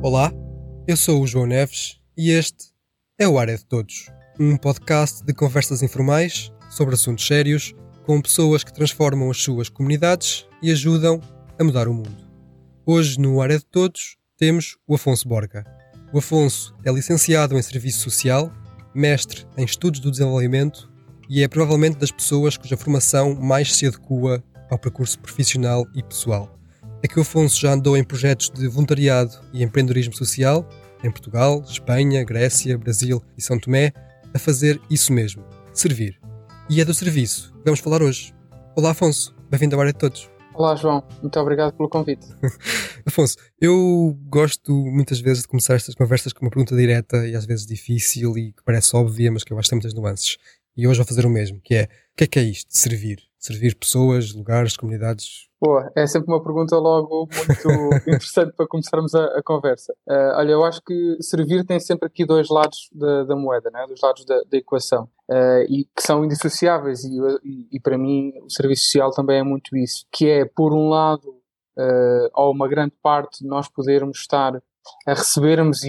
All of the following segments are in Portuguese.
Olá, eu sou o João Neves e este é o Área de Todos, um podcast de conversas informais sobre assuntos sérios com pessoas que transformam as suas comunidades e ajudam a mudar o mundo. Hoje no Área de Todos temos o Afonso Borga. O Afonso é licenciado em Serviço Social, mestre em Estudos do Desenvolvimento e é provavelmente das pessoas cuja formação mais se adequa ao percurso profissional e pessoal. É que o Afonso já andou em projetos de voluntariado e empreendedorismo social em Portugal, Espanha, Grécia, Brasil e São Tomé, a fazer isso mesmo, servir. E é do serviço que vamos falar hoje. Olá Afonso, bem-vindo ao Área de Todos. Olá João, muito obrigado pelo convite. Afonso, eu gosto muitas vezes de começar estas conversas com uma pergunta direta e às vezes difícil e que parece óbvia, mas que eu acho que tem muitas nuances. E hoje vou fazer o mesmo, que é, o que é isto de servir? Servir pessoas, lugares, comunidades? Boa, é sempre uma pergunta logo muito interessante para começarmos a conversa. Olha, eu acho que servir tem sempre aqui dois lados da moeda, né? Dos lados da equação, e que são indissociáveis e para mim o serviço social também é muito isso, que é, por um lado, ou uma grande parte, nós podermos estar a recebermos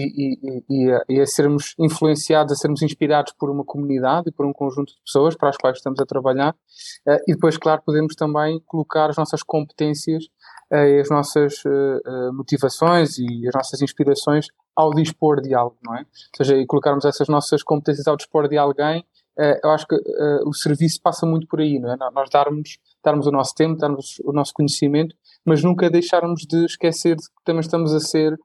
e a sermos influenciados, a sermos inspirados por uma comunidade e por um conjunto de pessoas para as quais estamos a trabalhar, e depois, claro, podemos também colocar as nossas competências, as nossas motivações e as nossas inspirações ao dispor de algo, não é? Ou seja, e colocarmos essas nossas competências ao dispor de alguém. Eu acho que o serviço passa muito por aí, não é? Nós darmos o nosso tempo, darmos o nosso conhecimento, mas nunca deixarmos de esquecer de que também estamos a ser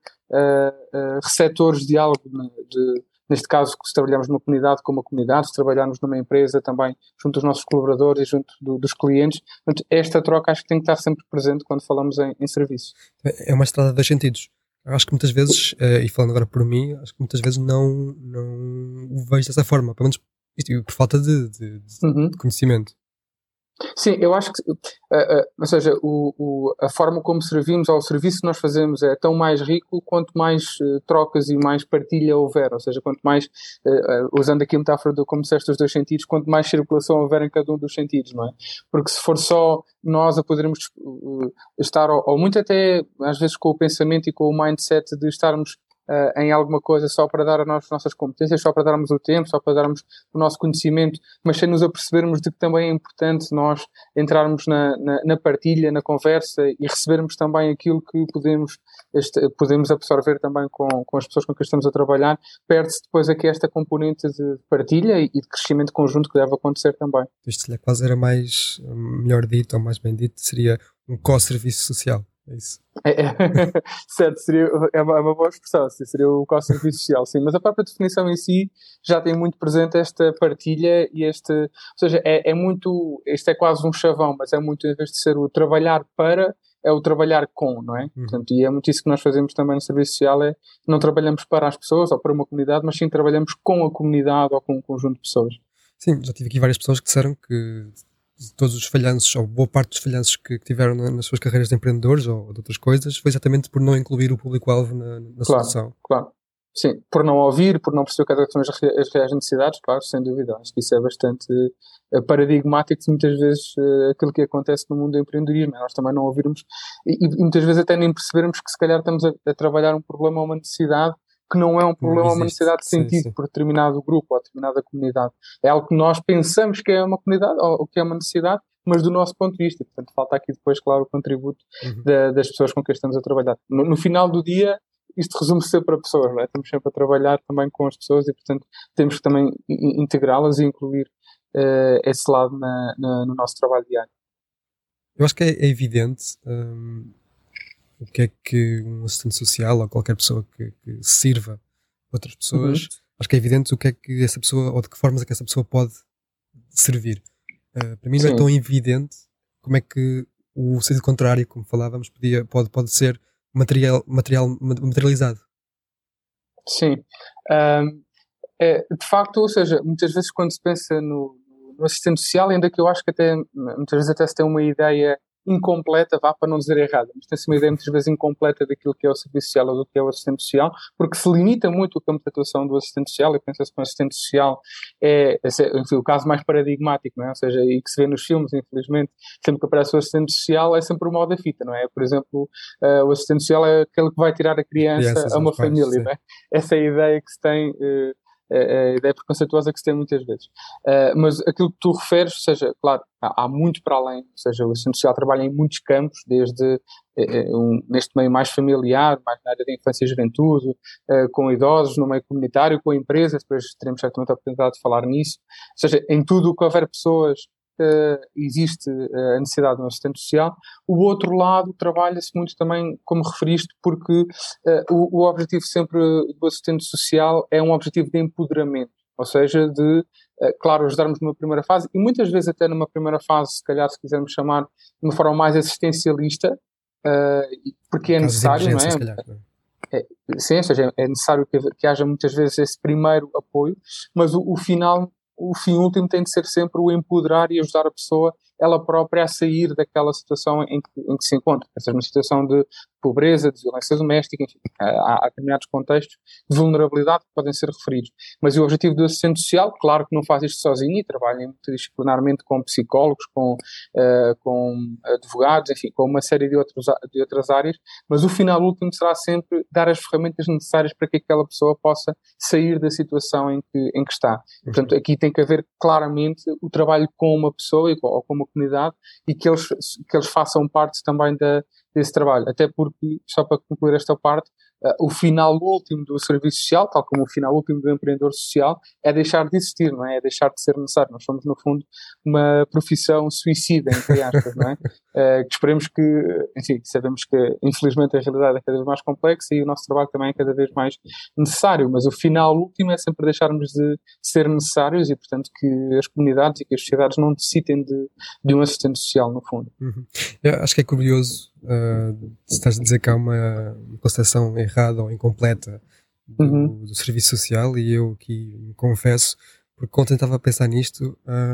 receptores de algo, neste caso, se trabalharmos numa comunidade com uma comunidade, se trabalharmos numa empresa também junto dos nossos colaboradores e junto dos clientes. Portanto, esta troca acho que tem que estar sempre presente quando falamos em serviço. É uma estrada de dois sentidos. Eu acho que muitas vezes, e falando agora por mim, acho que muitas vezes não o vejo dessa forma, pelo menos isto, por falta de conhecimento. Sim, eu acho que, ou seja, a forma como servimos ou o serviço que nós fazemos é tão mais rico quanto mais trocas e mais partilha houver, ou seja, quanto mais, usando aqui a metáfora do como disseste os dois sentidos, quanto mais circulação houver em cada um dos sentidos, não é? Porque se for só nós a podermos estar, ou muito até às vezes com o pensamento e com o mindset de estarmos em alguma coisa só para dar as nossas competências, só para darmos o tempo, só para darmos o nosso conhecimento, mas sem nos apercebermos de que também é importante nós entrarmos na partilha, na conversa e recebermos também aquilo que podemos absorver também com as pessoas com quem estamos a trabalhar. Perde-se depois aqui esta componente de partilha e de crescimento conjunto que deve acontecer também. Isto quase era mais, melhor dito ou mais bem dito, seria um co-serviço social. É isso. Certo, é uma boa expressão, sim, seria o co-serviço social, sim, mas a própria definição em si já tem muito presente esta partilha e ou seja, é muito, este é quase um chavão, mas é muito, em vez de ser o trabalhar para, é o trabalhar com, não é? Portanto, e é muito isso que nós fazemos também no serviço social, não trabalhamos para as pessoas ou para uma comunidade, mas sim trabalhamos com a comunidade ou com um conjunto de pessoas. Sim, já tive aqui várias pessoas que disseram que todos os falhanços, ou boa parte dos falhanços que tiveram nas suas carreiras de empreendedores ou de outras coisas, foi exatamente por não incluir o público-alvo na solução. Claro. Sim, por não ouvir, por não perceber quais são as reais necessidades, claro, sem dúvida. Acho que isso é bastante paradigmático de muitas vezes aquilo que acontece no mundo do empreendedorismo. Nós também não ouvirmos e muitas vezes até nem percebermos que se calhar estamos a trabalhar um problema ou uma necessidade que não é um problema ou uma necessidade de sentido sim. Por determinado grupo ou determinada comunidade. É algo que nós pensamos que é uma comunidade ou que é uma necessidade, mas do nosso ponto de vista. Portanto, falta aqui depois, claro, o contributo das pessoas com quem estamos a trabalhar. No final do dia, isto resume-se sempre a pessoas, não é? Estamos sempre a trabalhar também com as pessoas e, portanto, temos que também integrá-las e incluir esse lado no nosso trabalho diário. Eu acho que é evidente o que é que um assistente social ou qualquer pessoa que sirva outras pessoas, acho que é evidente o que é que essa pessoa, ou de que formas é que essa pessoa pode servir. Para mim não é tão evidente como é que o sentido contrário, como falávamos, pode ser materializado. Sim. De facto, ou seja, muitas vezes quando se pensa no assistente social, ainda que eu acho que até muitas vezes até se tem uma ideia incompleta, vá, para não dizer errada, mas tem-se uma ideia muitas vezes incompleta daquilo que é o serviço social ou do que é o assistente social, porque se limita muito o campo de atuação do assistente social, e pensa-se que o assistente social enfim, o caso mais paradigmático, não é? Ou seja, e que se vê nos filmes, infelizmente, sempre que aparece o assistente social é sempre o mal da fita, não é? Por exemplo, o assistente social é aquele que vai tirar a criança Crianças a uma aos pais, família, sim. não é? Essa é a ideia que se tem, a ideia preconceituosa que se tem muitas vezes. Mas aquilo que tu referes, ou seja, claro, há muito para além, ou seja, o assistente social trabalha em muitos campos, desde neste meio mais familiar, mais na área da infância e juventude, com idosos, no meio comunitário, com empresas, depois teremos certamente a oportunidade de falar nisso, ou seja, em tudo o que houver pessoas, existe a necessidade de um assistente social. O outro lado trabalha-se muito também, como referiste, porque o objetivo sempre do assistente social é um objetivo de empoderamento, ou seja, de, claro, ajudarmos numa primeira fase, e muitas vezes até numa primeira fase, se calhar, se quisermos chamar de uma forma mais assistencialista, porque é Casos de necessário, não emergência, é? se calhar. Sim, ou seja, é necessário que haja muitas vezes esse primeiro apoio, mas o fim último tem de ser sempre o empoderar e ajudar a pessoa, ela própria, a sair daquela situação em que se encontra, seja uma situação de pobreza, de violência doméstica, enfim, há determinados contextos de vulnerabilidade que podem ser referidos. Mas o objetivo do assistente social, claro que não faz isto sozinho e trabalha multidisciplinarmente com psicólogos, com advogados, enfim, com uma série de outras áreas, mas o final último será sempre dar as ferramentas necessárias para que aquela pessoa possa sair da situação em que está. Portanto, aqui tem que haver claramente o trabalho com uma pessoa ou com uma comunidade e que eles façam parte também desse trabalho. Até porque, só para concluir esta parte, o final último do serviço social, tal como o final último do empreendedor social, é deixar de existir, não é? É deixar de ser necessário. Nós somos, no fundo, uma profissão suicida, entre aspas, não é? Que esperemos que, enfim, sabemos que, infelizmente, a realidade é cada vez mais complexa e o nosso trabalho também é cada vez mais necessário, mas o final último é sempre deixarmos de ser necessários e, portanto, que as comunidades e que as sociedades não necessitem de um assistente social, no fundo. Eu acho que é curioso se estás a dizer que há uma concepção errada ou incompleta do serviço social, e eu aqui me confesso, porque ontem estava a pensar nisto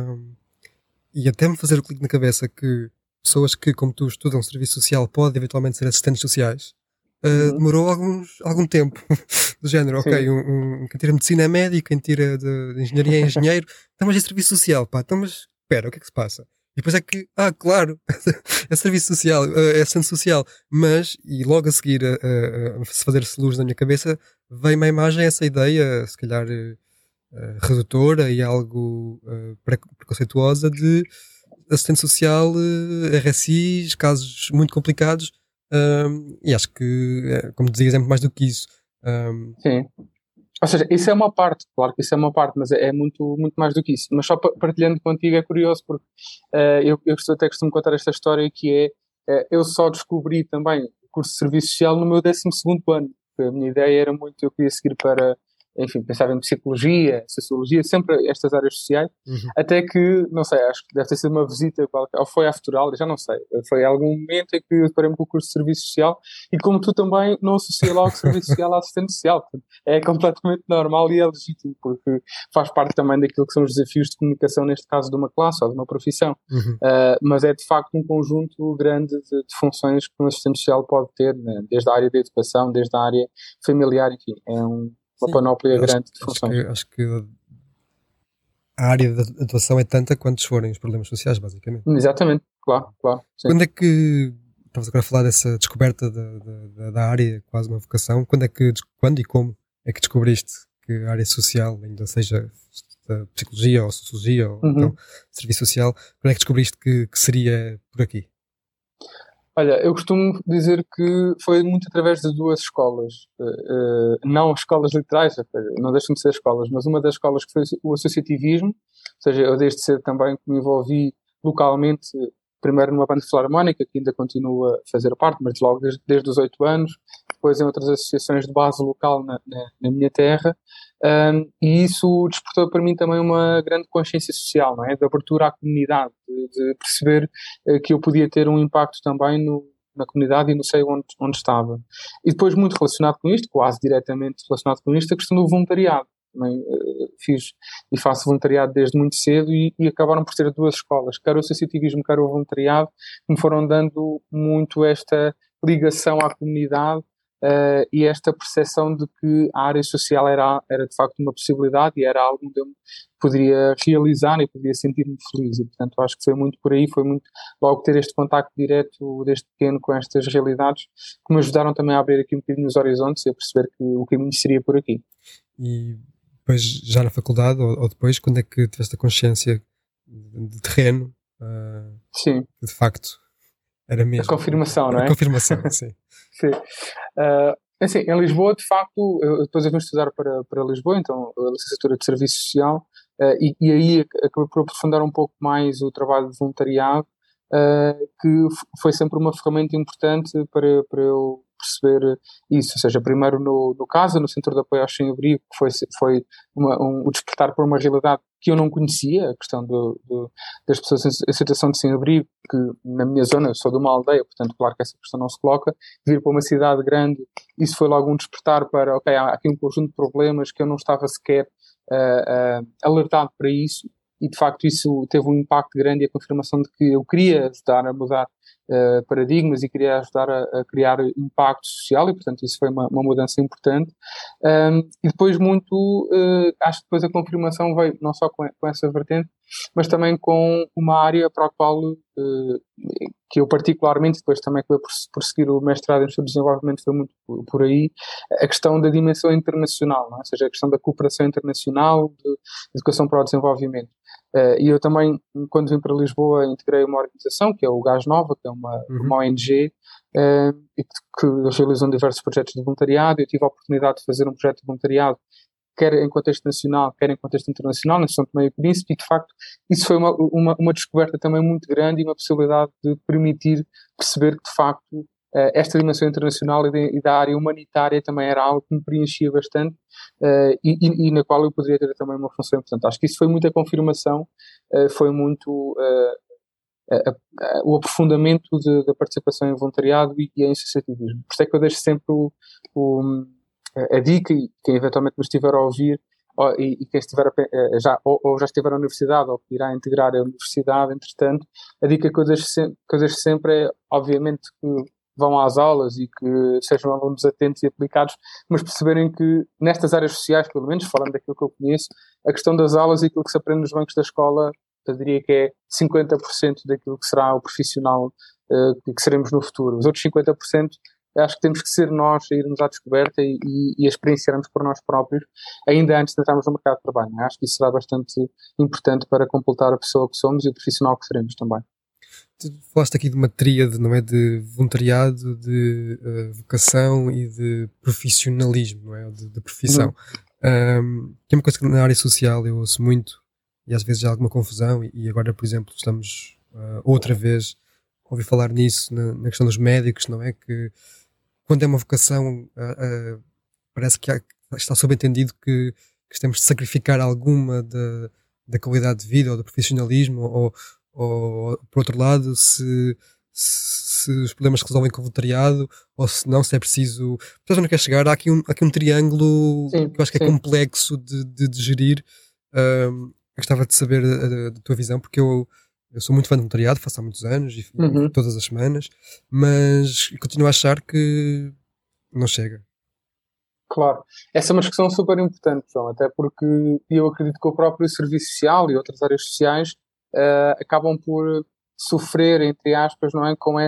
e até me fazer o clique na cabeça que pessoas que, como tu, estudam serviço social podem eventualmente ser assistentes sociais. Demorou algum tempo do género, Sim. ok, quem tira medicina é médico, quem tira de engenharia é engenheiro, então mas é serviço social, pá, então mas espera, o que é que se passa? E depois é que, claro, é serviço social, é assistente social, mas, e logo a seguir a fazer-se luz na minha cabeça, veio-me à imagem essa ideia, se calhar redutora e algo preconceituosa de assistente social, RSIs, casos muito complicados, e acho que, como dizias, é muito mais do que isso. Sim. Ou seja, isso é uma parte, claro que isso é uma parte, mas é muito, muito mais do que isso. Mas só partilhando contigo é curioso, porque eu até costumo contar esta história que eu só descobri também o curso de Serviço Social no meu 12º ano. A minha ideia era muito, eu queria seguir para, enfim, pensava em psicologia, sociologia, sempre estas áreas sociais, até que, não sei, acho que deve ter sido uma visita qualquer, ou foi à Futural, já não sei, foi algum momento em que eu deparei-me com o curso de Serviço Social e, como tu também, não associei logo Serviço Social à assistente social. Portanto, é completamente normal e é legítimo, porque faz parte também daquilo que são os desafios de comunicação, neste caso de uma classe ou de uma profissão. Mas é de facto um conjunto grande de funções que um assistente social pode ter, né? Desde a área da educação, desde a área familiar, enfim, é uma panóplia grande de funções. Acho que a área da atuação é tanta quantos forem os problemas sociais, basicamente. Exatamente, claro. Sim. Quando é que, estavas agora a falar dessa descoberta da área, quase uma vocação, quando e como é que descobriste que a área social, ainda seja psicologia ou sociologia ou então serviço social, quando é que descobriste que seria por aqui? Olha, eu costumo dizer que foi muito através de duas escolas, não escolas literais, não deixam de ser escolas, mas uma das escolas que foi o associativismo, ou seja, eu desde cedo também me envolvi localmente, primeiro numa banda filarmónica, que ainda continua a fazer parte, mas logo desde os 8 anos, depois em outras associações de base local na minha terra, e isso despertou para mim também uma grande consciência social, não é? De abertura à comunidade, de perceber que eu podia ter um impacto também na comunidade e no seio onde estava. E depois, muito relacionado com isto, quase diretamente relacionado com isto, a questão do voluntariado. também fiz e faço voluntariado desde muito cedo e acabaram por ter duas escolas, quer o associativismo, quer o voluntariado, que me foram dando muito esta ligação à comunidade e esta percepção de que a área social era de facto uma possibilidade e era algo onde eu poderia realizar e poderia sentir-me feliz e, portanto, acho que foi muito por aí, foi muito logo ter este contacto direto desde pequeno com estas realidades que me ajudaram também a abrir aqui um bocadinho os horizontes e a perceber que o caminho seria por aqui. E depois, já na faculdade ou depois, quando é que tiveste a consciência de terreno? Sim. De facto, era mesmo. A confirmação, não é? A confirmação, sim. Sim. Assim, em Lisboa, de facto, depois eu vim estudar para Lisboa, então a licenciatura de Serviço Social, e aí acabei por aprofundar um pouco mais o trabalho de voluntariado, que foi sempre uma ferramenta importante para eu perceber isso, ou seja, primeiro no CASA, no Centro de Apoio aos Sem-Abrigo, que foi o despertar para uma realidade que eu não conhecia, a questão das pessoas em situação de sem-abrigo, que na minha zona, eu sou de uma aldeia, portanto, claro que essa questão não se coloca, vir para uma cidade grande, isso foi logo um despertar para, ok, há aqui um conjunto de problemas que eu não estava sequer alertado para isso, e de facto isso teve um impacto grande e a confirmação de que eu queria ajudar a mudar paradigmas e queria ajudar a criar impacto social e portanto isso foi uma mudança importante e depois acho que depois a confirmação veio não só com essa vertente mas também com uma área para a qual que eu particularmente depois também acabei por seguir o mestrado em Desenvolvimento foi muito por aí, a questão da dimensão internacional, não é? Ou seja, a questão da cooperação internacional, de educação para o desenvolvimento. E eu também, quando vim para Lisboa, integrei uma organização, que é o Gás Nova, que é uma ONG, que realizam diversos projetos de voluntariado. Eu tive a oportunidade de fazer um projeto de voluntariado, quer em contexto nacional, quer em contexto internacional, na São Tomé e Príncipe, e de facto isso foi uma descoberta também muito grande e uma possibilidade de permitir perceber que de facto esta dimensão internacional e da área humanitária também era algo que me preenchia bastante e na qual eu poderia ter também uma função importante. Acho que isso foi muita confirmação, foi muito o aprofundamento da participação em voluntariado e em associativismo. Por isso é que eu deixo sempre a dica, e quem eventualmente me estiver a ouvir, e quem estiver já estiver na universidade ou que irá integrar a universidade, entretanto, a dica que eu deixo sempre é, obviamente, que vão às aulas e que sejam alunos atentos e aplicados, mas perceberem que nestas áreas sociais, pelo menos, falando daquilo que eu conheço, a questão das aulas e aquilo que se aprende nos bancos da escola, eu diria que é 50% daquilo que será o profissional que seremos no futuro. Os outros 50% acho que temos que ser nós a irmos à descoberta e a experienciarmos por nós próprios, ainda antes de entrarmos no mercado de trabalho. Né? Acho que isso será bastante importante para completar a pessoa que somos e o profissional que seremos também. Tu falaste aqui de uma tríade, não é? De voluntariado, de vocação e de profissionalismo, não é? De profissão. Que é uma coisa que na área social eu ouço muito e às vezes há alguma confusão e agora, por exemplo, estamos outra vez a ouvir falar nisso na questão dos médicos, não é? Que quando é uma vocação parece que está subentendido que temos de sacrificar alguma da qualidade de vida ou do profissionalismo ou por outro lado, se os problemas se resolvem com o voluntariado ou se não, se é preciso. Portanto, não quer chegar, há aqui um triângulo que eu acho que é complexo de gerir. Eu gostava de saber a tua visão, porque eu sou muito fã de voluntariado, faço há muitos anos e todas as semanas, mas continuo a achar que não chega. Claro, essa é uma discussão super importante, João, até porque eu acredito que o próprio serviço social e outras áreas sociais acabam por sofrer, entre aspas, não é, com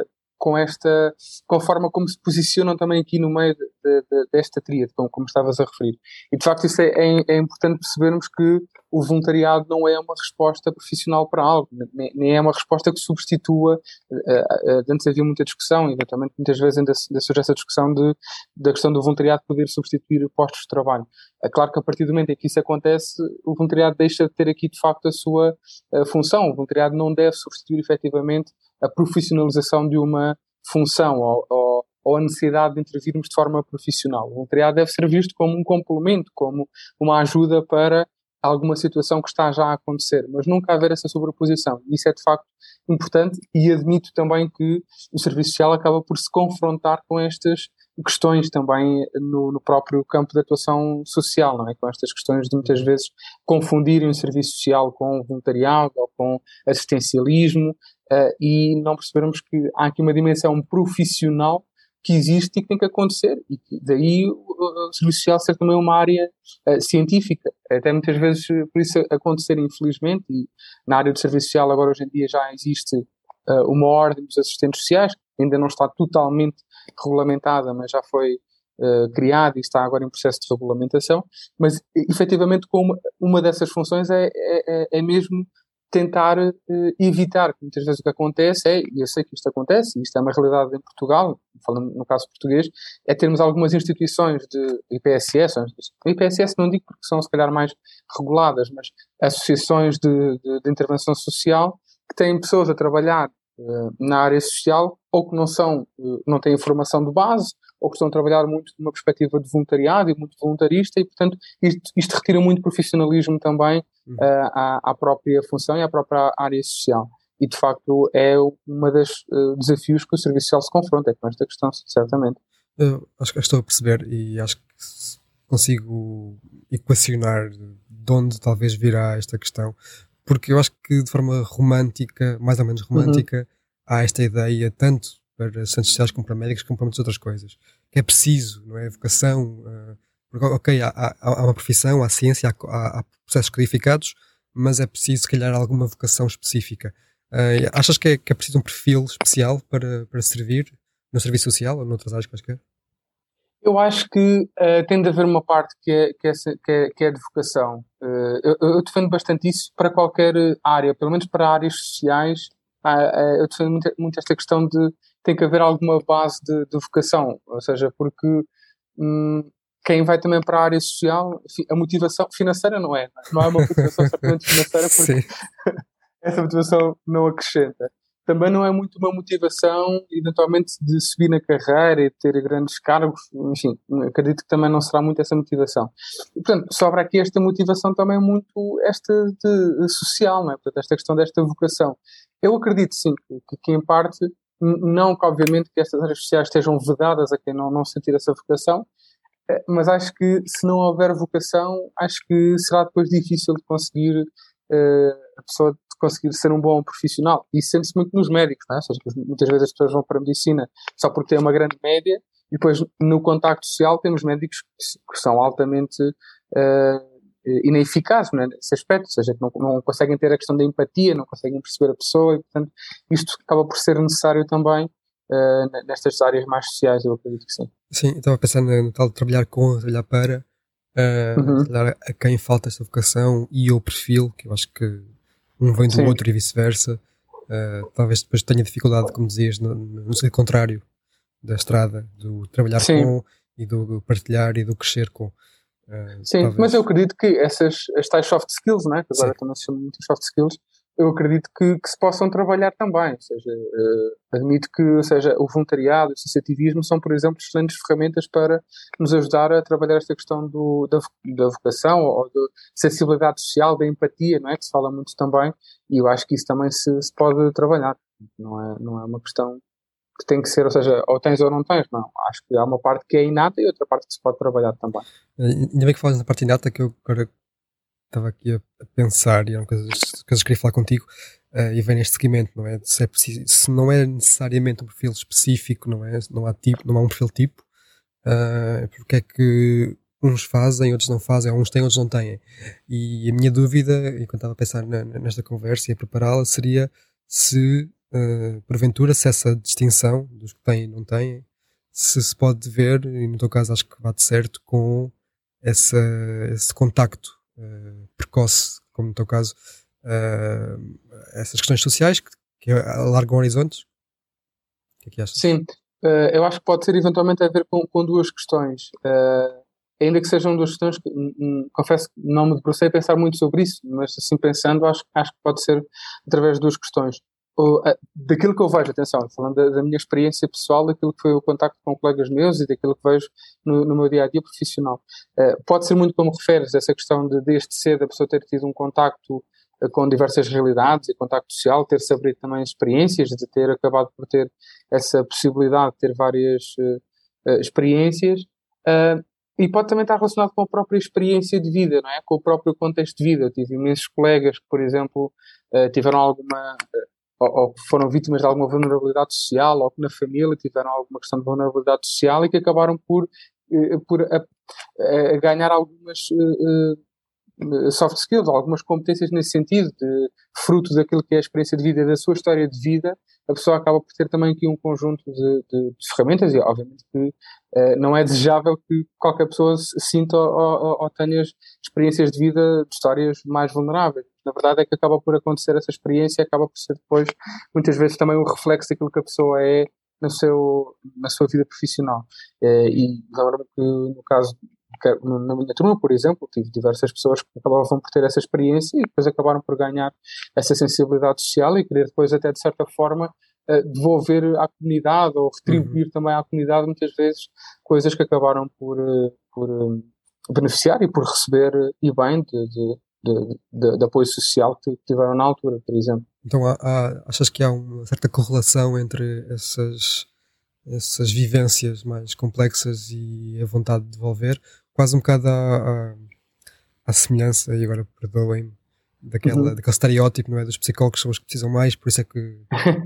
a forma como se posicionam também aqui no meio desta tríade, como estavas a referir. E de facto isso é importante percebermos que o voluntariado não é uma resposta profissional para algo, nem é uma resposta que substitua. Antes havia muita discussão, e eventualmente muitas vezes ainda surge essa discussão da questão do voluntariado poder substituir postos de trabalho. É claro que a partir do momento em que isso acontece, o voluntariado deixa de ter aqui de facto a sua função. O voluntariado não deve substituir efetivamente a profissionalização de uma função ou a necessidade de intervirmos de forma profissional. O voluntariado deve ser visto como um complemento, como uma ajuda para alguma situação que está já a acontecer, mas nunca haver essa sobreposição. Isso é de facto importante e admito também que o serviço social acaba por se confrontar com estas questões também no próprio campo de atuação social, não é? Com estas questões de muitas vezes confundirem o serviço social com voluntariado ou com assistencialismo, e não percebermos que há aqui uma dimensão profissional que existe e que tem que acontecer, e que daí o serviço social ser também uma área científica, até muitas vezes por isso acontecer, infelizmente, e na área do serviço social agora hoje em dia já existe uma ordem dos assistentes sociais, que ainda não está totalmente regulamentada, mas já foi criada e está agora em processo de regulamentação, mas efetivamente como uma dessas funções é mesmo tentar evitar, que muitas vezes o que acontece e eu sei que isto acontece, e isto é uma realidade em Portugal, falando no caso português, é termos algumas instituições de IPSS não digo porque são se calhar mais reguladas, mas associações de intervenção social que têm pessoas a trabalhar na área social ou que não têm formação de base, ou que estão a trabalhar muito de uma perspectiva de voluntariado e muito voluntarista, e portanto isto retira muito profissionalismo também à própria função e à própria área social. E de facto é uma das desafios que o serviço social se confronta, é com esta questão, certamente. Eu acho que estou a perceber e acho que consigo equacionar de onde talvez virá esta questão, porque eu acho que de forma romântica, mais ou menos romântica, há esta ideia, tanto para assistentes sociais como para médicos, como para muitas outras coisas, que é preciso, não é? Vocação, porque, ok, há uma profissão, há ciência, há processos codificados, mas é preciso, se calhar, alguma vocação específica. Achas que é preciso um perfil especial para servir no serviço social ou noutras áreas quaisquer? Eu acho que tem de haver uma parte que é de vocação. Eu defendo bastante isso para qualquer área, pelo menos para áreas sociais. Eu defendo muito esta questão de tem que haver alguma base de vocação, ou seja, porque quem vai também para a área social, a motivação financeira não é uma motivação certamente financeira, porque essa motivação não acrescenta. Também não é muito uma motivação, eventualmente, de subir na carreira e de ter grandes cargos, enfim, acredito que também não será muito essa motivação. E, portanto, sobra aqui esta motivação também muito esta de social, não é? Portanto, esta questão desta vocação. Eu acredito, sim, que em parte, não que obviamente que estas áreas sociais estejam vedadas a quem não sentir essa vocação, mas acho que se não houver vocação, acho que será depois difícil de conseguir a pessoa de conseguir ser um bom profissional. E isso sente-se muito nos médicos, não é? Ou seja, muitas vezes as pessoas vão para a medicina só porque têm uma grande média e depois no contacto social temos médicos que são altamente ineficazes, não é? Nesse aspecto, ou seja, que não conseguem ter a questão da empatia, não conseguem perceber a pessoa e, portanto, isto acaba por ser necessário também nestas áreas mais sociais, eu acredito que sim. Sim, eu estava a pensar no tal de trabalhar com, trabalhar para, a quem falta esta vocação e o perfil, que eu acho que um vem do outro e vice-versa. Talvez depois tenha dificuldade, como dizias, no sentido contrário da estrada, do trabalhar com e do partilhar e do crescer com. Sim, talvez. Mas eu acredito que as tais soft skills, né, que agora também se chamam muito soft skills, eu acredito que se possam trabalhar também. Ou seja, admito que, ou seja, o voluntariado, o associativismo são, por exemplo, excelentes ferramentas para nos ajudar a trabalhar esta questão da vocação ou da sensibilidade social, da empatia, não é? Que se fala muito também, e eu acho que isso também se pode trabalhar. Não é uma questão que tem que ser, ou seja, ou tens ou não tens, não. Acho que há uma parte que é inata e outra parte que se pode trabalhar também. Ainda bem que falas na parte inata, que eu agora estava aqui a pensar, e eram coisas que queria falar contigo, e vem neste seguimento, não é? Se não é necessariamente um perfil específico, não é? Não há um perfil tipo, porque é que uns fazem, outros não fazem, uns têm, outros não têm. E a minha dúvida, enquanto estava a pensar nesta conversa e a prepará-la, seria se porventura, se essa distinção dos que têm e não têm, se pode ver, e no teu caso acho que bate certo, com esse contacto precoce, como no teu caso, essas questões sociais que alargam horizontes. O que é que achas? Sim, eu acho que pode ser eventualmente a ver com duas questões. Ainda que sejam duas questões que, confesso que não me debrucei a pensar muito sobre isso, mas assim pensando, acho que pode ser através de duas questões. Daquilo que eu vejo, atenção, falando da minha experiência pessoal, daquilo que foi o contacto com colegas meus e daquilo que vejo no meu dia-a-dia profissional. Pode ser muito como referes, essa questão de desde cedo a pessoa ter tido um contacto com diversas realidades e contacto social, ter-se abrido também experiências, de ter acabado por ter essa possibilidade de ter várias experiências, e pode também estar relacionado com a própria experiência de vida, não é? Com o próprio contexto de vida. Eu tive imensos colegas que, por exemplo, tiveram alguma, ou que foram vítimas de alguma vulnerabilidade social, ou que na família tiveram alguma questão de vulnerabilidade social e que acabaram por ganhar algumas soft skills, algumas competências nesse sentido, fruto daquilo que é a experiência de vida, da sua história de vida. A pessoa acaba por ter também aqui um conjunto de ferramentas, e obviamente que não é desejável que qualquer pessoa sinta ou tenha experiências de vida, de histórias mais vulneráveis. Na verdade é que acaba por acontecer essa experiência e acaba por ser depois, muitas vezes, também um reflexo daquilo que a pessoa é na sua vida profissional. E lembro-me que, no caso, na minha turma, por exemplo, tive diversas pessoas que acabavam por ter essa experiência e depois acabaram por ganhar essa sensibilidade social e querer depois, até de certa forma, devolver à comunidade ou retribuir também à comunidade, muitas vezes, coisas que acabaram por beneficiar e por receber, e bem, de apoio social que tiveram na altura, por exemplo. Então achas que há uma certa correlação entre essas vivências mais complexas e a vontade de devolver, quase um bocado à semelhança, e agora perdoem-me, daquele estereótipo, não é? Dos psicólogos são os que precisam mais, por isso é que...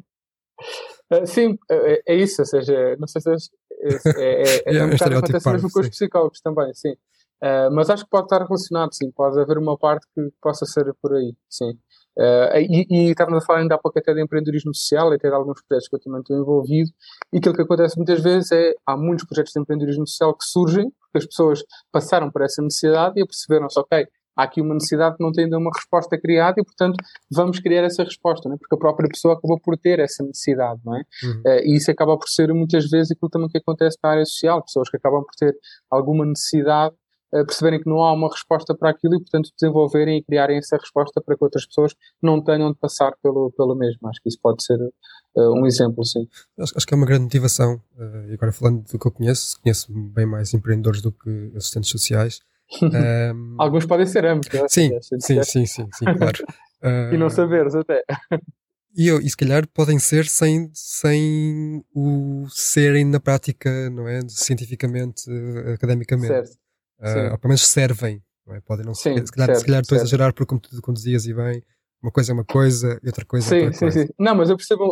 Sim, é isso, ou seja, não sei se é um bocado acontece mesmo com os psicólogos também, sim. Mas acho que pode estar relacionado, sim, pode haver uma parte que possa ser por aí, sim. E estávamos a falar ainda há pouco até de empreendedorismo social, até de alguns projetos que eu também estou envolvido, e aquilo que acontece muitas vezes há muitos projetos de empreendedorismo social que surgem, porque as pessoas passaram por essa necessidade e perceberam-se, ok, há aqui uma necessidade que não tem ainda uma resposta criada e, portanto, vamos criar essa resposta, não é? Porque a própria pessoa acabou por ter essa necessidade, não é? E isso acaba por ser, muitas vezes, aquilo também que acontece na área social, pessoas que acabam por ter alguma necessidade, perceberem que não há uma resposta para aquilo e, portanto, desenvolverem e criarem essa resposta para que outras pessoas não tenham de passar pelo mesmo. Acho que isso pode ser um exemplo, sim. Acho que é uma grande motivação. E agora, falando do que eu conheço bem mais empreendedores do que assistentes sociais. Alguns podem ser ambos, não é? Sim, claro. E não saberes até. E se calhar podem ser sem o serem na prática, não é? Cientificamente, academicamente. Certo. Ou pelo menos servem, não é? Podem não ser. Sim, se calhar estou a exagerar, porque como tu dizias e bem, uma coisa é uma coisa e outra coisa é outra coisa. Sim. Não, mas eu percebo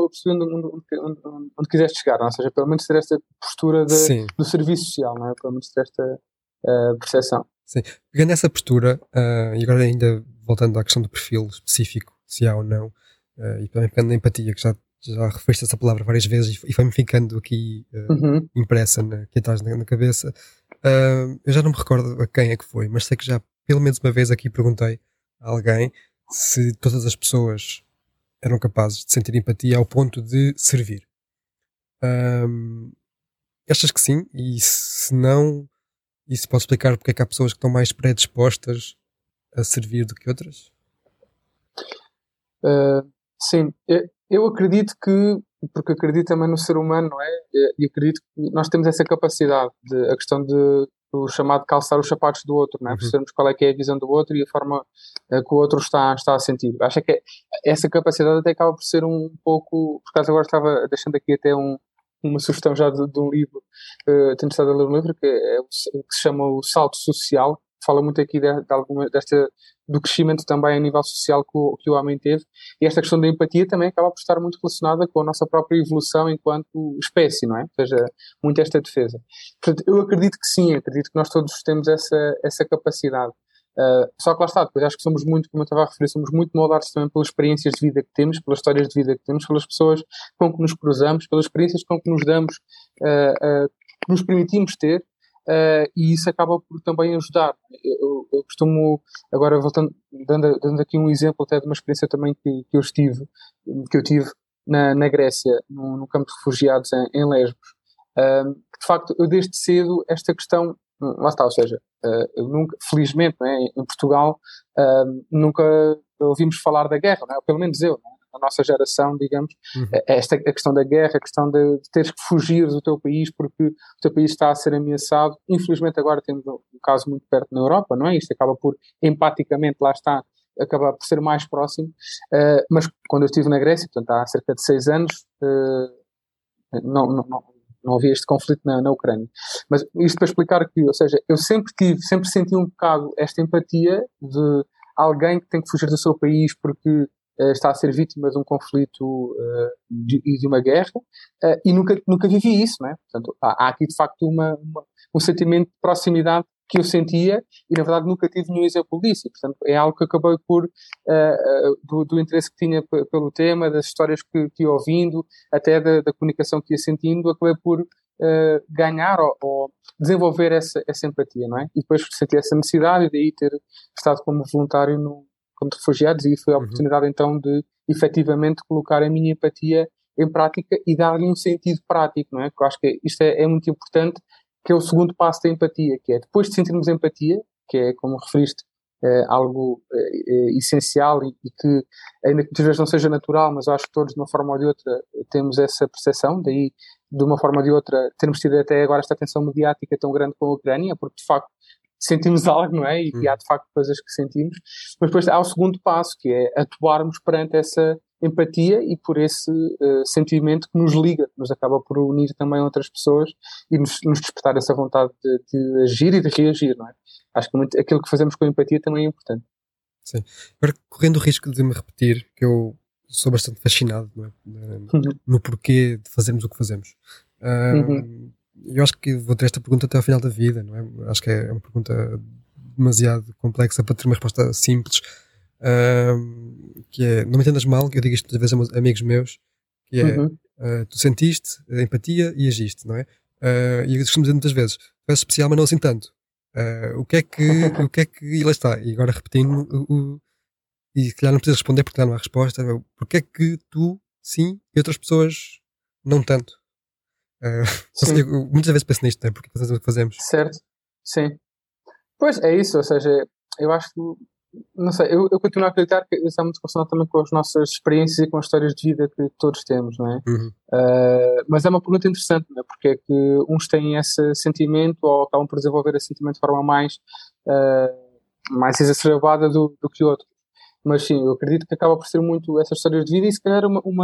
onde quiseste chegar, não? Ou seja, pelo menos ter esta postura do serviço social, não é? Pelo menos ter esta percepção. Sim. Pegando essa postura, e agora ainda voltando à questão do perfil específico, se há ou não, e também pegando na empatia, que já referiste essa palavra várias vezes e foi-me ficando aqui impressa aqui atrás na cabeça. Eu já não me recordo a quem é que foi, mas sei que já pelo menos uma vez aqui perguntei a alguém se todas as pessoas eram capazes de sentir empatia ao ponto de servir. Achas que sim? E se não, isso pode explicar porque é que há pessoas que estão mais predispostas a servir do que outras? Sim, eu acredito que, porque acredito também no ser humano, não é? E acredito que nós temos essa capacidade, a questão do chamado calçar os sapatos do outro, não é? Percebermos qual é que é a visão do outro e a forma que o outro está a sentir. Acho que essa capacidade até acaba por ser um pouco, por acaso agora estava deixando aqui até uma sugestão já de um livro, tenho estado a ler um livro que se chama O Salto Social, fala muito aqui do crescimento também a nível social que o homem teve, e esta questão da empatia também acaba por estar muito relacionada com a nossa própria evolução enquanto espécie, não é? Ou seja, muito esta defesa. Portanto, eu acredito que sim, acredito que nós todos temos essa capacidade. Só que lá está, depois acho que somos muito, como eu estava a referir, somos muito moldados também pelas experiências de vida que temos, pelas histórias de vida que temos, pelas pessoas com que nos cruzamos, pelas experiências com que nos damos, que nos permitimos ter, e isso acaba por também ajudar. Eu costumo, agora voltando, dando aqui um exemplo até de uma experiência também que eu tive na Grécia, no campo de refugiados em Lesbos. De facto, eu desde cedo esta questão, lá está, ou seja, eu nunca, felizmente, não é, em Portugal, nunca ouvimos falar da guerra, não é? Pelo menos eu, não é? A nossa geração, digamos, a questão da guerra, a questão de teres que fugir do teu país porque o teu país está a ser ameaçado. Infelizmente agora temos um caso muito perto na Europa, não é? Isto acaba por, empaticamente, lá está, acaba por ser mais próximo, mas quando eu estive na Grécia, portanto há cerca de 6 anos, não havia este conflito na Ucrânia. Mas isto para explicar que, ou seja, eu sempre senti um bocado esta empatia de alguém que tem que fugir do seu país porque está a ser vítima de um conflito e de uma guerra, e nunca vivi isso, não é? Portanto, há aqui de facto um sentimento de proximidade que eu sentia e na verdade nunca tive nenhum exemplo disso, e, portanto é algo que acabei por do interesse que tinha pelo tema, das histórias que ia ouvindo, até da comunicação que ia sentindo, acabei por ganhar ou desenvolver essa empatia, não é? E depois senti essa necessidade e daí ter estado como voluntário como refugiados, e foi a oportunidade então de efetivamente colocar a minha empatia em prática e dar-lhe um sentido prático, não é? Porque eu acho que isto é muito importante, que é o segundo passo da empatia, que é depois de sentirmos empatia, que é, como referiste, algo essencial e que ainda que muitas vezes não seja natural, mas eu acho que todos de uma forma ou de outra temos essa percepção, daí de uma forma ou de outra termos tido até agora esta atenção mediática tão grande com a Ucrânia, porque de facto sentimos algo, não é? E há de facto coisas que sentimos, mas depois há o segundo passo, que é atuarmos perante essa empatia e por esse sentimento que nos liga, que nos acaba por unir também a outras pessoas e nos despertar essa vontade de agir e de reagir, não é? Acho que aquilo que fazemos com a empatia também é importante. Sim. Agora, correndo o risco de me repetir, que eu sou bastante fascinado, não é? No porquê de fazermos o que fazemos. Eu acho que vou ter esta pergunta até ao final da vida, não é? Acho que é uma pergunta demasiado complexa para ter uma resposta simples, que é, não me entendas mal, que eu digo isto muitas vezes a amigos meus, que é, tu sentiste a empatia e agiste, não é? E eu costumo dizer muitas vezes, tu és especial, mas não assim tanto. O que é que e lá está, e agora repetindo e se calhar não precisas responder porque não há resposta, porque é que tu sim e outras pessoas não tanto? Muitas vezes penso nisto, não é? Porque fazemos o que fazemos. Certo, sim. Pois é isso, ou seja, eu acho que, não sei, eu continuo a acreditar que isso é muito relacionado também com as nossas experiências e com as histórias de vida que todos temos, não é? Mas é uma pergunta interessante, não é? Porque é que uns têm esse sentimento ou acabam por desenvolver esse sentimento de forma mais exacerbada do que outros. Mas sim, eu acredito que acaba por ser muito essas histórias de vida e se calhar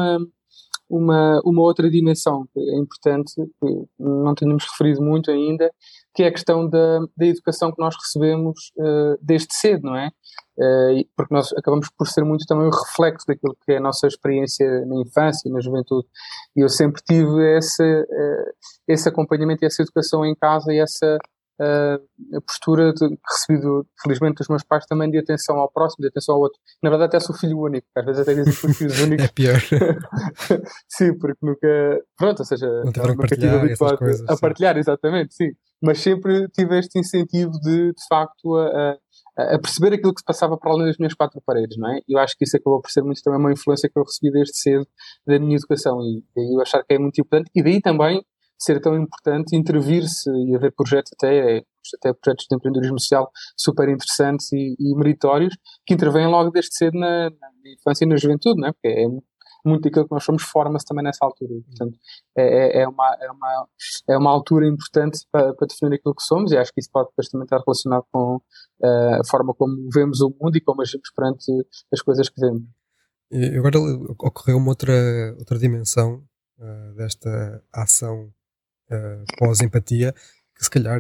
uma outra dimensão que é importante, que não tínhamos referido muito ainda, que é a questão da educação que nós recebemos desde cedo, não é? Porque nós acabamos por ser muito também o reflexo daquilo que é a nossa experiência na infância e na juventude. E eu sempre tive esse acompanhamento e essa educação em casa e essa a postura que recebi, felizmente, dos meus pais também de atenção ao próximo, de atenção ao outro. Na verdade, até sou filho único. Às vezes até dizem que sou filho único. É pior. Sim, porque nunca... Pronto, ou seja... Não tiveram que partilhar essas coisas. A partilhar, exatamente, sim. Mas sempre tive este incentivo de facto, a perceber aquilo que se passava para além das minhas quatro paredes, não é? E eu acho que isso acabou por ser muito também uma influência que eu recebi desde cedo da minha educação. E daí eu achar que é muito importante. E daí também ser tão importante intervir-se e haver projetos, até projetos de empreendedorismo social super interessantes e meritórios, que intervêm logo desde cedo na infância e na juventude, não é? Porque é muito daquilo que nós somos, forma-se também nessa altura. Portanto, é uma altura importante para definir aquilo que somos, e acho que isso pode depois também estar relacionado com a forma como vemos o mundo e como agimos perante as coisas que vemos. E agora ocorreu-me outra dimensão desta ação pós-empatia, que se calhar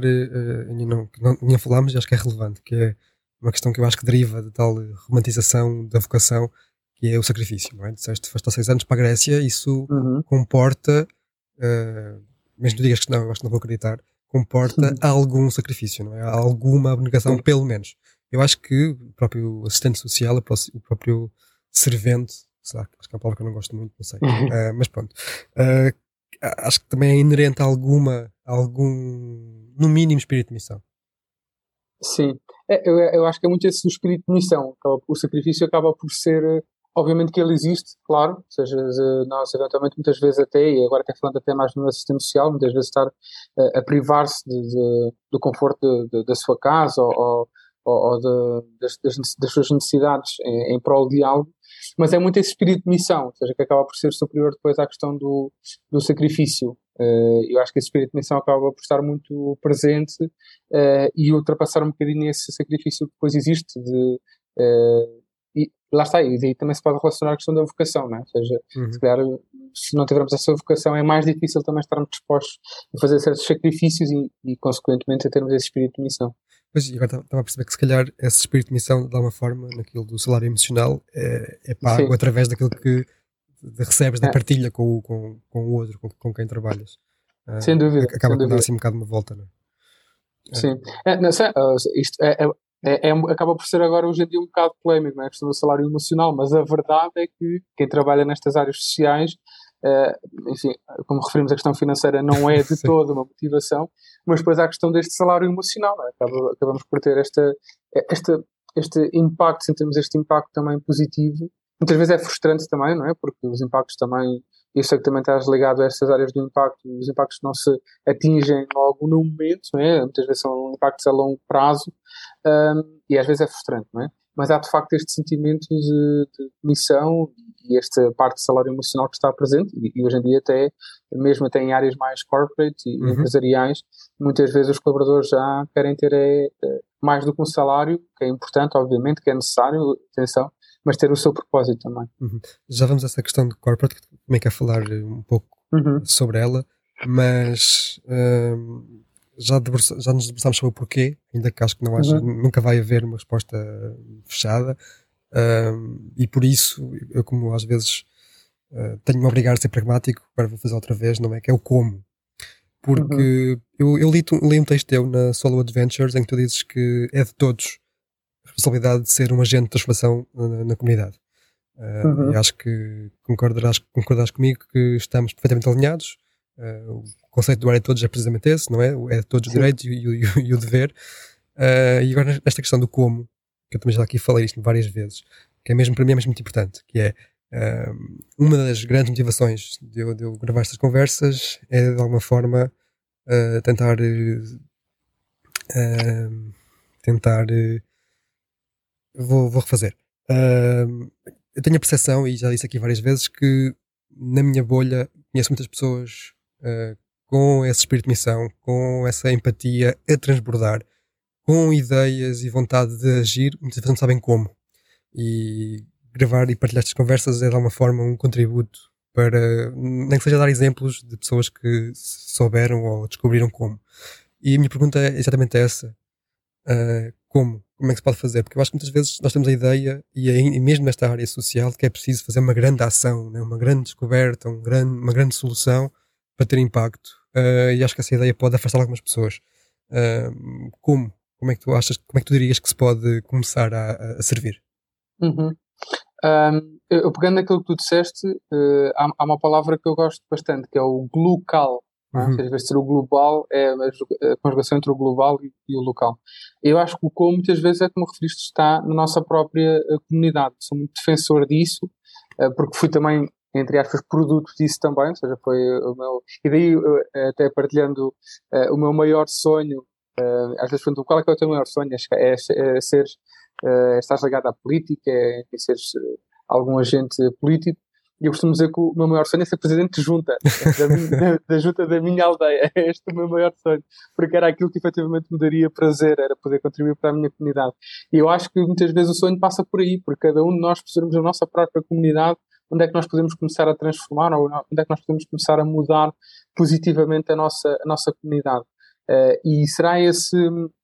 nem falámos e acho que é relevante, que é uma questão que eu acho que deriva de tal romantização da vocação, que é o sacrifício, não é? Disseste, foste há 6 anos para a Grécia, isso comporta, mesmo que digas que não, eu acho que não vou acreditar, comporta algum sacrifício, não é? Alguma abnegação, pelo menos. Eu acho que o próprio assistente social, o próprio servente, acho que é uma palavra que eu não gosto muito, não sei, mas pronto, acho que também é inerente a algum, no mínimo, espírito de missão. Sim, eu acho que é muito esse o espírito de missão. O sacrifício acaba por ser, obviamente que ele existe, claro, ou seja, nós eventualmente muitas vezes até, e agora até falando até mais no assistente social, muitas vezes estar a privar-se do conforto da sua casa ou das suas necessidades em prol de algo, mas é muito esse espírito de missão, ou seja, que acaba por ser superior depois à questão do sacrifício. Eu acho que esse espírito de missão acaba por estar muito presente e ultrapassar um bocadinho esse sacrifício que depois existe e lá está, e daí também se pode relacionar a questão da vocação, não é? Ou seja, se calhar se não tivermos essa vocação, é mais difícil também estarmos dispostos a fazer certos sacrifícios e consequentemente, a termos esse espírito de missão. Pois, e agora estava a perceber que se calhar esse espírito de missão, de alguma forma, naquilo do salário emocional, é pago Sim. através daquilo que recebes da partilha com o outro, com quem trabalhas. Sem dúvida. Acaba sem por dar dúvida. assim um bocado uma volta, não é? Sim. Não sei, isto acaba por ser agora hoje em dia um bocado polémico, não é? A questão do salário emocional, mas a verdade é que quem trabalha nestas áreas sociais, enfim, como referimos, a questão financeira não é de toda uma motivação, mas depois há a questão deste salário emocional, não é? Acabamos por ter este impacto, sentimos este impacto também positivo. Muitas vezes é frustrante também, não é? Porque os impactos também, eu sei que também estás ligado a estas áreas do impacto, os impactos não se atingem logo no momento, não é? Muitas vezes são impactos a longo prazo, e às vezes é frustrante, não é? Mas há de facto este sentimento de missão e esta parte de salário emocional que está presente, e hoje em dia mesmo até em áreas mais corporate e empresariais, muitas vezes os colaboradores já querem ter mais do que um salário, que é importante, obviamente, que é necessário, atenção, mas ter o seu propósito também. Já vamos a essa questão de corporate, que também quero falar um pouco sobre ela, mas já nos debruçámos sobre o porquê, ainda que acho que nunca vai haver uma resposta fechada, e por isso eu, como às vezes tenho-me a obrigar a ser pragmático, agora vou fazer outra vez, não é? Que é o como. Porque eu li um texto teu na Solo Adventures em que tu dizes que é de todos a responsabilidade de ser um agente de transformação na comunidade. E acho que concordarás comigo que estamos perfeitamente alinhados. O conceito do é de todos é precisamente esse, não é? O é de todos o direito e o dever. E agora esta questão do como, que eu também já aqui falei isto várias vezes, que é mesmo, para mim é mesmo muito importante, que é uma das grandes motivações de eu gravar estas conversas é de alguma forma tentar vou refazer. Eu tenho a percepção, e já disse aqui várias vezes, que na minha bolha conheço muitas pessoas com esse espírito de missão, com essa empatia a transbordar, com ideias e vontade de agir, muitas vezes não sabem como. E gravar e partilhar estas conversas é de alguma forma um contributo para, nem que seja dar exemplos de pessoas que souberam ou descobriram como. E a minha pergunta é exatamente essa. Como é que se pode fazer? Porque eu acho que muitas vezes nós temos a ideia, e mesmo nesta área social, de que é preciso fazer uma grande ação, né? Uma grande descoberta, uma grande solução para ter impacto. E acho que essa ideia pode afastar algumas pessoas. Como é que tu achas, como é que tu dirias que se pode começar a servir? Eu pegando naquilo que tu disseste, há uma palavra que eu gosto bastante, que é o glocal. Ou seja, em vez de ser o global, é a conjugação entre o global e o local. Eu acho que o como muitas vezes é, como referiste, está na nossa própria comunidade. Sou muito defensor disso, porque fui também, entre aspas, produto disso também, ou seja, foi o meu... E daí, até partilhando o meu maior sonho, às vezes pergunto, qual é que é o teu maior sonho? É seres, estás ligado à política, é seres algum agente político. E eu costumo dizer que o meu maior sonho é ser presidente de junta, da junta da minha aldeia. É este o meu maior sonho, porque era aquilo que efetivamente me daria prazer, era poder contribuir para a minha comunidade. E eu acho que muitas vezes o sonho passa por aí, porque cada um de nós percebemos a nossa própria comunidade, onde é que nós podemos começar a transformar, ou onde é que nós podemos começar a mudar positivamente a nossa comunidade. E será esse...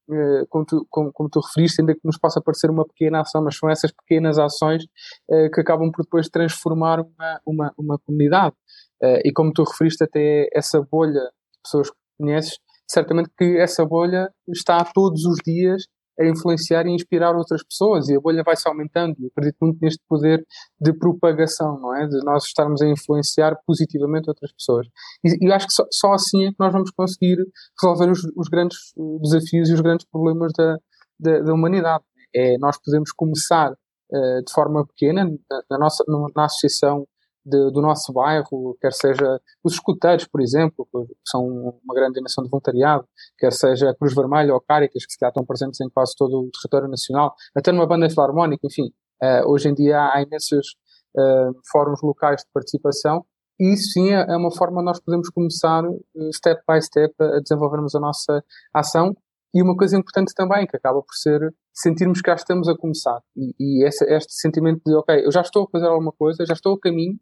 como tu referiste, ainda que nos possa parecer uma pequena ação, mas são essas pequenas ações que acabam por depois transformar uma comunidade. E como tu referiste até essa bolha de pessoas que conheces, certamente que essa bolha está todos os dias a influenciar e inspirar outras pessoas, e a bolha vai-se aumentando. Eu acredito muito neste poder de propagação, não é? De nós estarmos a influenciar positivamente outras pessoas. E eu acho que só assim é que nós vamos conseguir resolver os grandes desafios e os grandes problemas da humanidade. Nós podemos começar de forma pequena, na associação do nosso bairro, quer seja os escuteiros, por exemplo, que são uma grande dimensão de voluntariado, quer seja a Cruz Vermelha ou Caritas, que se calhar estão presentes em quase todo o território nacional, até numa banda filarmónica, enfim. Hoje em dia há imensos fóruns locais de participação, e isso sim é uma forma de nós podemos começar, step by step, a desenvolvermos a nossa ação. E uma coisa importante também, que acaba por ser sentirmos que já estamos a começar. E este sentimento de, ok, eu já estou a fazer alguma coisa, já estou a caminho,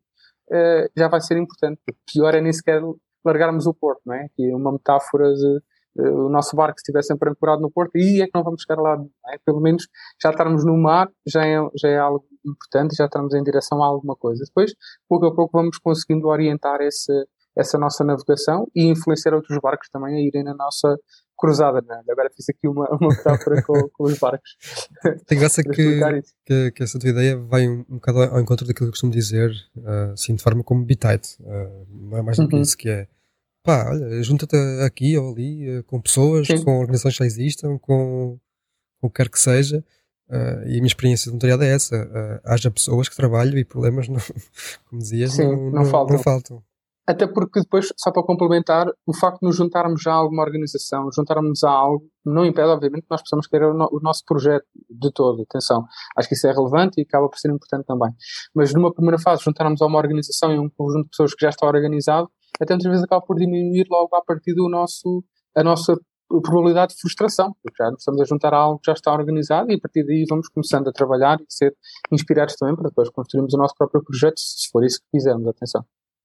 já vai ser importante. O pior é nem sequer largarmos o porto, não é? Aqui uma metáfora de o nosso barco se estiver sempre ancorado no porto, e é que não vamos chegar lá, não é? Pelo menos já estarmos no mar já é algo importante, já estamos em direção a alguma coisa. Depois, pouco a pouco, vamos conseguindo orientar essa nossa navegação e influenciar outros barcos também a irem na nossa cruzada, não é? Agora fiz aqui uma metáfora com os barcos. Tem graça para explicar isso. que essa tua ideia vai um bocado ao encontro daquilo que eu costumo dizer, assim, de forma como bitite. Não é mais do que isso, que é pá, olha, junta-te aqui ou ali com pessoas, Sim. com organizações que já existam, com o que quer que seja. E a minha experiência de voluntariado é essa. Haja pessoas que trabalham e problemas, não, como dizias, Sim, não faltam. Até porque depois, só para complementar, o facto de nos juntarmos já a alguma organização, juntarmos a algo, não impede, obviamente, que nós possamos querer o nosso projeto de todo. Atenção, acho que isso é relevante e acaba por ser importante também. Mas numa primeira fase, juntarmos a uma organização e a um conjunto de pessoas que já está organizado, até muitas vezes acaba por diminuir logo a partir a nossa probabilidade de frustração, porque já nos estamos a juntar a algo que já está organizado e a partir daí vamos começando a trabalhar e ser inspirados também para depois construirmos o nosso próprio projeto, se for isso que quisermos. Atenção.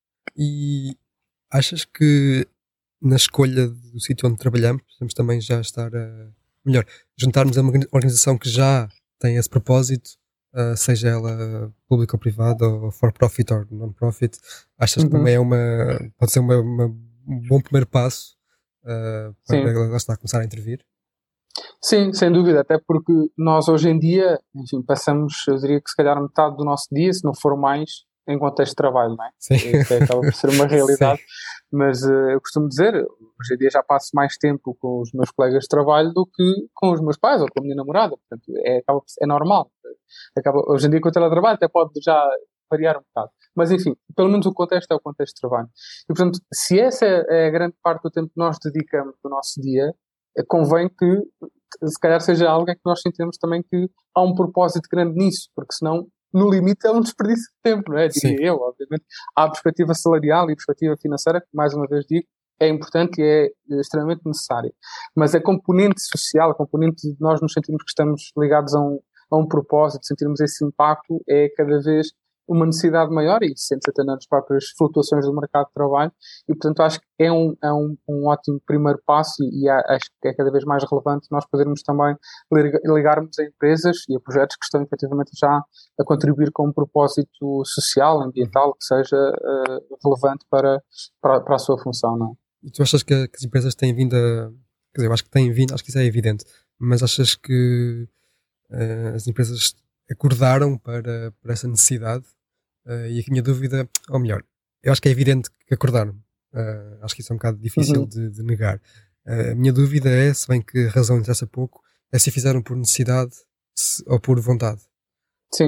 E achas que na escolha do sítio onde trabalhamos podemos também já estar melhor, juntarmos a uma organização que já tem esse propósito, seja ela pública ou privada, ou for profit ou non-profit? Achas que também pode ser um bom primeiro passo para lá está, começar a intervir? Sim, sem dúvida, até porque nós hoje em dia, enfim, passamos, eu diria que se calhar metade do nosso dia, se não for mais, em contexto de trabalho, não é? Sim. Isso acaba por ser uma realidade, mas eu costumo dizer, hoje em dia já passo mais tempo com os meus colegas de trabalho do que com os meus pais ou com a minha namorada, portanto, é normal. Hoje em dia com o teletrabalho até pode já variar um bocado. Mas enfim, pelo menos o contexto é o contexto de trabalho. E portanto, se essa é a grande parte do tempo que nós dedicamos do nosso dia, convém que se calhar seja algo em que nós sentimos também que há um propósito grande nisso, porque senão no limite é um desperdício de tempo, não é? Diria eu, obviamente. Há a perspectiva salarial e a perspectiva financeira, que mais uma vez digo, é importante e é extremamente necessária. Mas a componente social, a componente de nós nos sentirmos que estamos ligados a um propósito, sentirmos esse impacto, é cada vez uma necessidade maior e sente-se até nas próprias flutuações do mercado de trabalho e, portanto, acho que é um ótimo primeiro passo e acho que é cada vez mais relevante nós podermos também ligarmos a empresas e a projetos que estão efetivamente já a contribuir com um propósito social, ambiental, que seja relevante para a sua função, não é? E tu achas que as empresas têm vindo quer dizer, eu acho que têm vindo, acho que isso é evidente, mas achas que as empresas acordaram para essa necessidade? E a minha dúvida, ou melhor, eu acho que é evidente que acordaram. Acho que isso é um bocado difícil de negar. A minha dúvida é, se bem que a razão interessa pouco, é se fizeram por necessidade ou por vontade. Sim.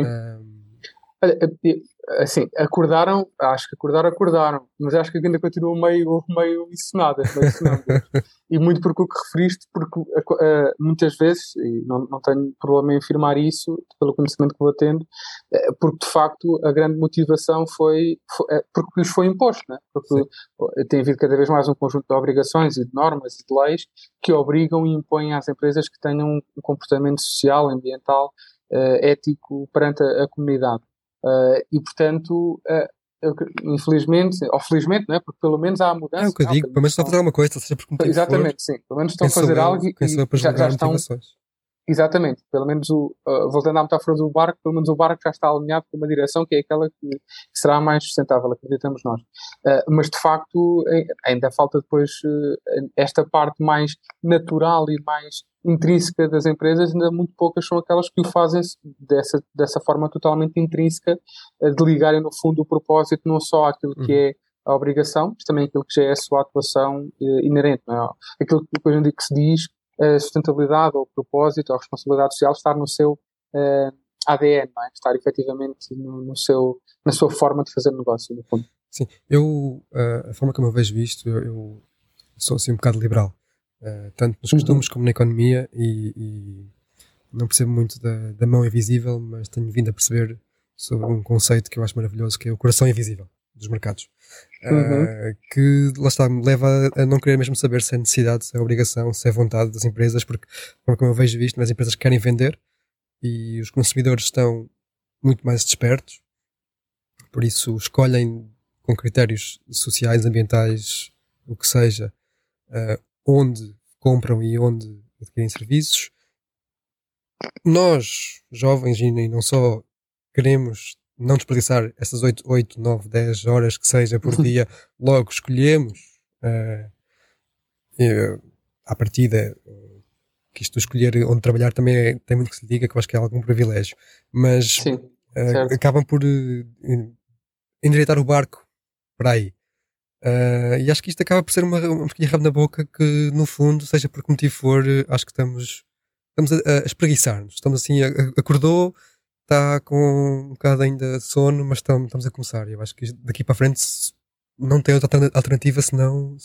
Assim, acordaram, acho que acordaram, mas acho que ainda continua meio encenado. E muito porque o que referiste, porque muitas vezes, e não tenho problema em afirmar isso, pelo conhecimento que vou tendo, porque de facto a grande motivação foi porque lhes foi imposto, né? Porque tem havido cada vez mais um conjunto de obrigações e de normas e de leis que obrigam e impõem às empresas que tenham um comportamento social, ambiental, ético perante a comunidade. E portanto, infelizmente, ou felizmente, não é? Porque pelo menos há a mudança. É o que eu digo, pelo menos estão a fazer alguma coisa, seja por motivo. Exatamente, sim. Pelo menos estão a fazer algo e já estão. Exatamente, pelo menos voltando à metáfora do barco, pelo menos o barco já está alinhado com uma direção que é aquela que será mais sustentável, acreditamos nós. Mas de facto ainda falta depois esta parte mais natural e mais intrínseca das empresas, ainda muito poucas são aquelas que o fazem dessa forma totalmente intrínseca, de ligarem no fundo o propósito não só àquilo que é a obrigação, mas também aquilo que já é a sua atuação inerente, não é? Aquilo que depois em dia que se diz a sustentabilidade ou o propósito ou a responsabilidade social estar no seu ADN, não é? Estar efetivamente na sua forma de fazer negócio, no fundo. Sim, a forma como eu vejo isto, eu sou assim um bocado liberal, tanto nos costumes como na economia e não percebo muito da mão invisível, mas tenho vindo a perceber sobre um conceito que eu acho maravilhoso, que é o coração invisível dos mercados. Que lá está, me leva a não querer mesmo saber se é necessidade, se é obrigação, se é vontade das empresas, porque como eu vejo isto, as empresas querem vender e os consumidores estão muito mais despertos, por isso escolhem com critérios sociais, ambientais, o que seja, onde compram e onde adquirem serviços. Nós, jovens, e não só, queremos não desperdiçar essas 8, 9, 10 horas que seja por dia, logo escolhemos à partida que isto de escolher onde trabalhar também tem muito que se lhe diga, que eu acho que é algum privilégio, mas Sim, acabam por endireitar o barco para aí. E acho que isto acaba por ser uma pequena rabo na boca que, no fundo, seja por que motivo for, acho que estamos a espreguiçar-nos. Estamos assim, acordou, está com um bocado ainda de sono, mas estamos a começar. Eu acho que daqui para a frente não tem outra alternativa senão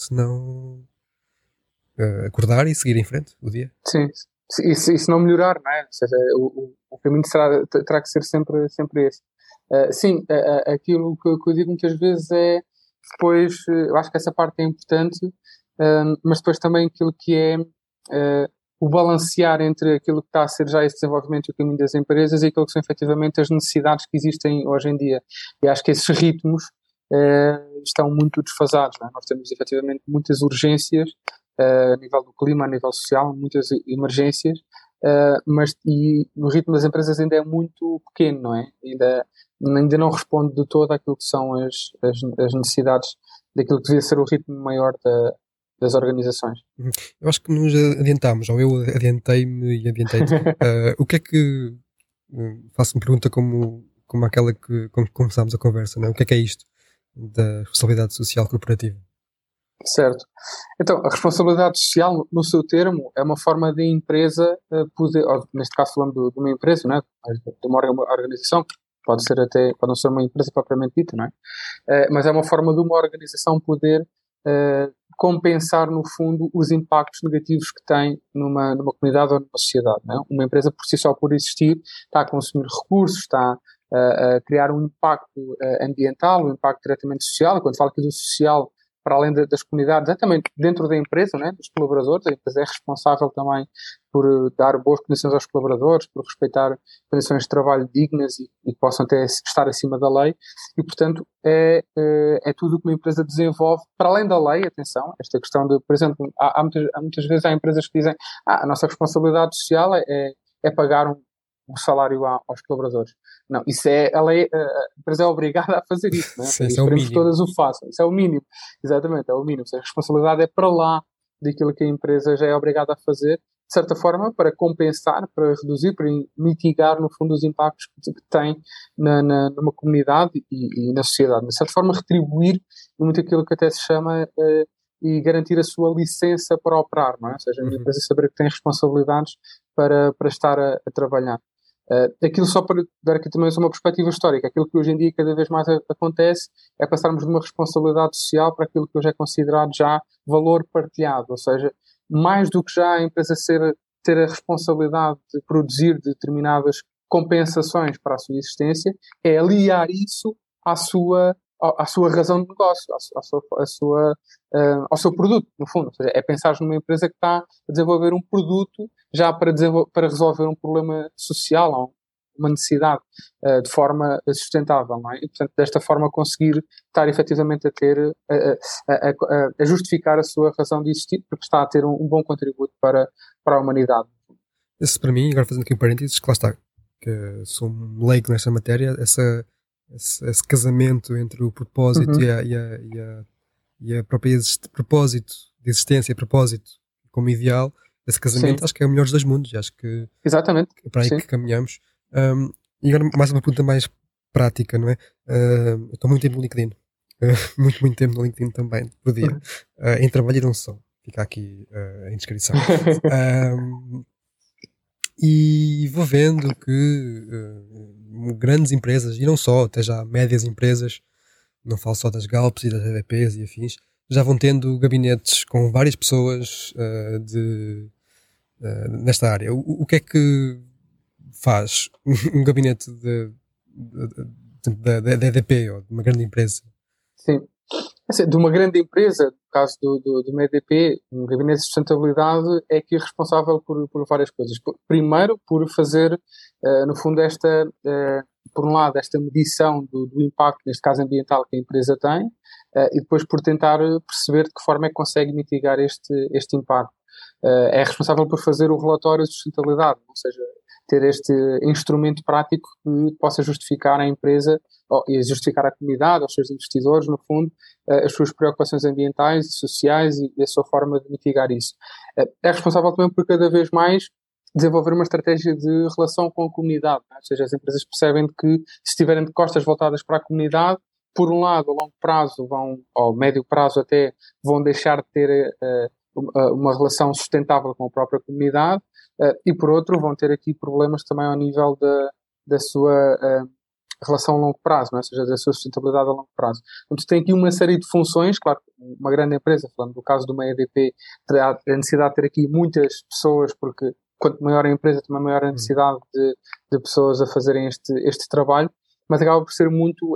acordar e seguir em frente o dia. sim. E se não melhorar, não é? Ou seja, o caminho terá que ser sempre esse. Sim, aquilo que eu digo muitas vezes é depois, eu acho que essa parte é importante, mas depois também aquilo que é o balancear entre aquilo que está a ser já esse desenvolvimento e o caminho das empresas e aquilo que são efetivamente as necessidades que existem hoje em dia. E acho que esses ritmos estão muito desfasados, não é? Nós temos efetivamente muitas urgências a nível do clima, a nível social, muitas emergências, mas no ritmo das empresas ainda é muito pequeno, não é? Ainda não responde de todo àquilo que são as necessidades daquilo que devia ser o ritmo maior das organizações. Eu acho que nos adiantámos, ou eu adiantei-me e adiantei-te. O que é que... faço uma pergunta como aquela que começámos a conversa, não é? O que é isto da responsabilidade social corporativa? Certo. Então, a responsabilidade social, no seu termo, é uma forma de empresa poder, ou neste caso falando de uma empresa, não é? De uma organização, pode não ser uma empresa propriamente dita, não é? Mas é uma forma de uma organização poder compensar, no fundo, os impactos negativos que tem numa comunidade ou numa sociedade, não é? Uma empresa, por si só, por existir, está a consumir recursos, está a criar um impacto ambiental, um impacto diretamente social, e quando falo aqui do social, para além das comunidades, é também dentro da empresa, né, dos colaboradores. A empresa é responsável também por dar boas condições aos colaboradores, por respeitar condições de trabalho dignas e que possam até estar acima da lei. E, portanto, é tudo o que uma empresa desenvolve, para além da lei, atenção, esta questão de, por exemplo, há muitas vezes há empresas que dizem a nossa responsabilidade social é pagar um salário aos colaboradores. Não, isso a empresa é obrigada a fazer isso, não é? Sim, E isso é o esperemos que mínimo. todas o façam. Isso é o mínimo. Exatamente, é o mínimo. A responsabilidade é para lá daquilo que a empresa já é obrigada a fazer, de certa forma, para compensar, para reduzir, para mitigar, no fundo, os impactos que tem numa comunidade e na sociedade. De certa forma, retribuir muito aquilo que até se chama e garantir a sua licença para operar, não é? Ou seja, a minha empresa saber que tem responsabilidades para estar a trabalhar. Aquilo só para dar aqui também uma perspectiva histórica, aquilo que hoje em dia cada vez mais acontece é passarmos de uma responsabilidade social para aquilo que hoje é considerado já valor partilhado, ou seja, mais do que já a empresa ter a responsabilidade de produzir determinadas compensações para a sua existência, é aliar isso à sua razão de negócio, ao seu produto, no fundo. Ou seja, é pensar numa empresa que está a desenvolver um produto já para resolver um problema social ou uma necessidade de forma sustentável, não é? E, portanto, desta forma conseguir estar efetivamente a justificar a sua razão de existir, porque está a ter um bom contributo para a humanidade. Esse, para mim, agora fazendo aqui um parênteses, que lá está, que sou um leigo nesta matéria, esse casamento entre o propósito e a própria propósito de existência, propósito como ideal, esse casamento, Sim. acho que é o melhor dos dois mundos, acho que exatamente, é para aí sim. que caminhamos. E agora mais uma pergunta mais prática, não é? Eu estou muito tempo no LinkedIn, muito tempo no LinkedIn também, por dia, em trabalho e não só, fica aqui a inscrição. E vou vendo que grandes empresas, e não só, até já médias empresas, não falo só das Galps e das EDPs e afins, já vão tendo gabinetes com várias pessoas nesta área. O que é que faz um gabinete da EDP ou de uma grande empresa? Sim. De uma grande empresa, no caso do uma EDP, um gabinete de sustentabilidade é que é responsável por várias coisas. Primeiro, por fazer, no fundo, por um lado, esta medição do impacto, neste caso ambiental, que a empresa tem, e depois por tentar perceber de que forma é que consegue mitigar este impacto. É responsável por fazer o relatório de sustentabilidade, ou seja, ter este instrumento prático que possa justificar à empresa e justificar à comunidade, aos seus investidores, no fundo, as suas preocupações ambientais e sociais e a sua forma de mitigar isso. É responsável também por cada vez mais desenvolver uma estratégia de relação com a comunidade, não é? Ou seja, as empresas percebem que se estiverem de costas voltadas para a comunidade, por um lado, a longo prazo, ou médio prazo até, vão deixar de ter uma relação sustentável com a própria comunidade, e por outro vão ter aqui problemas também ao nível da sua relação a longo prazo, não é? Ou seja, da sua sustentabilidade a longo prazo. Portanto, tem aqui uma série de funções, claro, uma grande empresa, falando do caso de uma EDP, terá a necessidade de ter aqui muitas pessoas, porque quanto maior a empresa, também maior a necessidade de pessoas a fazerem este trabalho, mas acaba por ser muito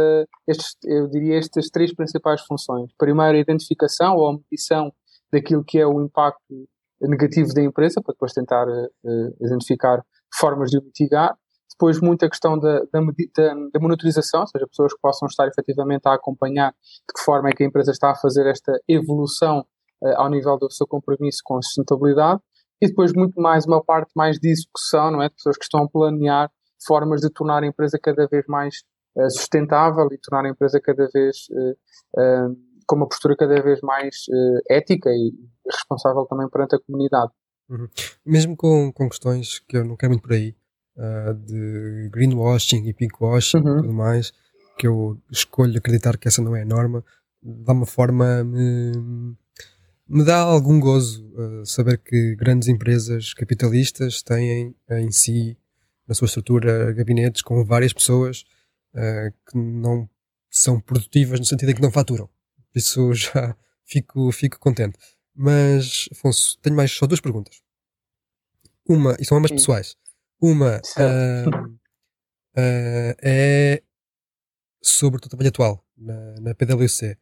eu diria estas três principais funções. Primeiro, a identificação ou a medição daquilo que é o impacto negativo da empresa, para depois tentar identificar formas de o mitigar. Depois, muita questão da monitorização, ou seja, pessoas que possam estar efetivamente a acompanhar de que forma é que a empresa está a fazer esta evolução ao nível do seu compromisso com a sustentabilidade. E depois, muito mais, uma parte mais de execução, não é? De pessoas que estão a planear formas de tornar a empresa cada vez mais sustentável e tornar a empresa cada vez com uma postura cada vez mais ética e responsável também perante a comunidade. Uhum. Mesmo com questões que eu não quero muito por aí, de greenwashing e pinkwashing e tudo mais, que eu escolho acreditar que essa não é a norma, de uma forma me dá algum gozo saber que grandes empresas capitalistas têm em si, na sua estrutura, gabinetes com várias pessoas que não são produtivas no sentido em que não faturam. Isso já fico contente. Mas, Afonso, tenho mais só duas perguntas. Uma, e são ambas pessoais. Uma é sobre o teu trabalho atual na PwC.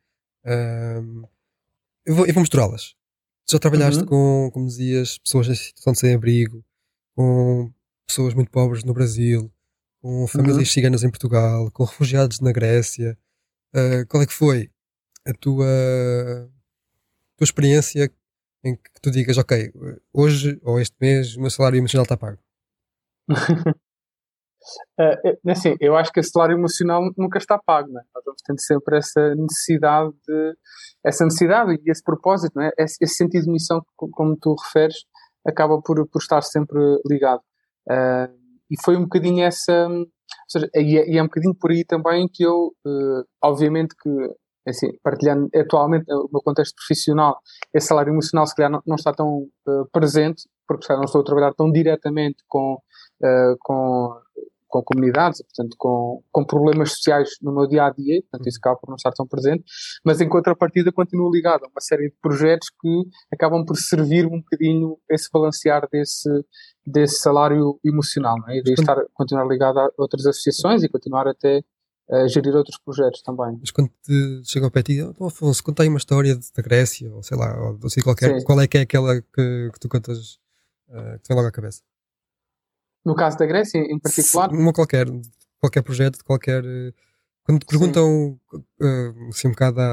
Eu vou misturá-las. Tu já trabalhaste com, como dizias, pessoas em situação de sem-abrigo, com pessoas muito pobres no Brasil, com famílias ciganas em Portugal, com refugiados na Grécia. Qual é que foi a tua experiência em que tu digas, ok, hoje ou este mês o meu salário emocional está pago? Assim, eu acho que o salário emocional nunca está pago, não é? Nós vamos tendo sempre essa necessidade e esse propósito, não é? Esse sentido de missão, como tu referes, acaba por estar sempre ligado. E foi um bocadinho essa, ou seja, e é um bocadinho por aí também que eu, obviamente que, assim, partilhando atualmente o meu contexto profissional, esse salário emocional se calhar não está tão presente, porque se calhar não estou a trabalhar tão diretamente com comunidades, portanto, com problemas sociais no meu dia-a-dia, portanto, isso acaba por não estar tão presente, mas em contrapartida continuo ligado a uma série de projetos que acabam por servir um bocadinho esse balancear desse salário emocional, não é? E daí continuar ligado a outras associações e continuar até a gerir outros projetos também. Mas quando te chega ao pé e diz, Afonso, conta aí uma história da Grécia, ou sei lá, ou assim qualquer, Sim. qual é que é aquela que tu contas, que te vem logo à cabeça? No caso da Grécia, em particular? Uma qualquer projeto, de qualquer... Quando te perguntam assim um bocado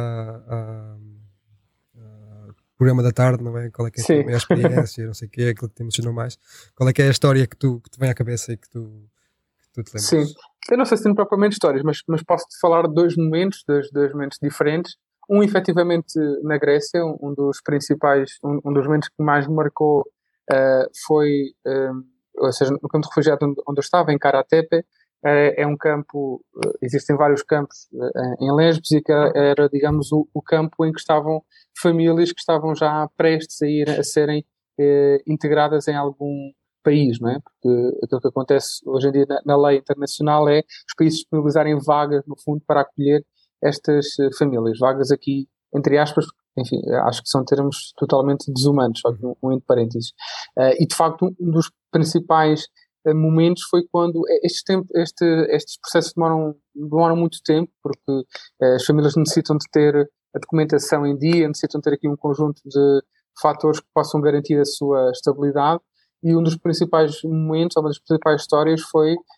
programa da tarde, não é? Qual é que é a tua maior experiência, não sei o que é, aquilo que te emocionou mais. Qual é que é a história que te vem à cabeça e que tu te lembras? Sim. Eu não sei se tenho propriamente histórias, mas posso-te falar de dois momentos diferentes. Um, efetivamente, na Grécia, um dos principais, um dos momentos que mais me marcou foi, ou seja, no campo de refugiados onde eu estava, em Karatepe. É um campo, existem vários campos em Lesbos, e que era, digamos, o campo em que estavam famílias que estavam já prestes a serem integradas em algum país, não é? Porque aquilo que acontece hoje em dia na lei internacional é os países disponibilizarem vagas, no fundo, para acolher estas famílias. Vagas aqui, entre aspas, enfim, acho que são termos totalmente desumanos, só que entre parênteses. E, de facto, um dos principais momentos foi quando estes processos demoram muito tempo, porque as famílias necessitam de ter a documentação em dia, necessitam de ter aqui um conjunto de fatores que possam garantir a sua estabilidade, e um dos principais momentos, ou uma das principais histórias foi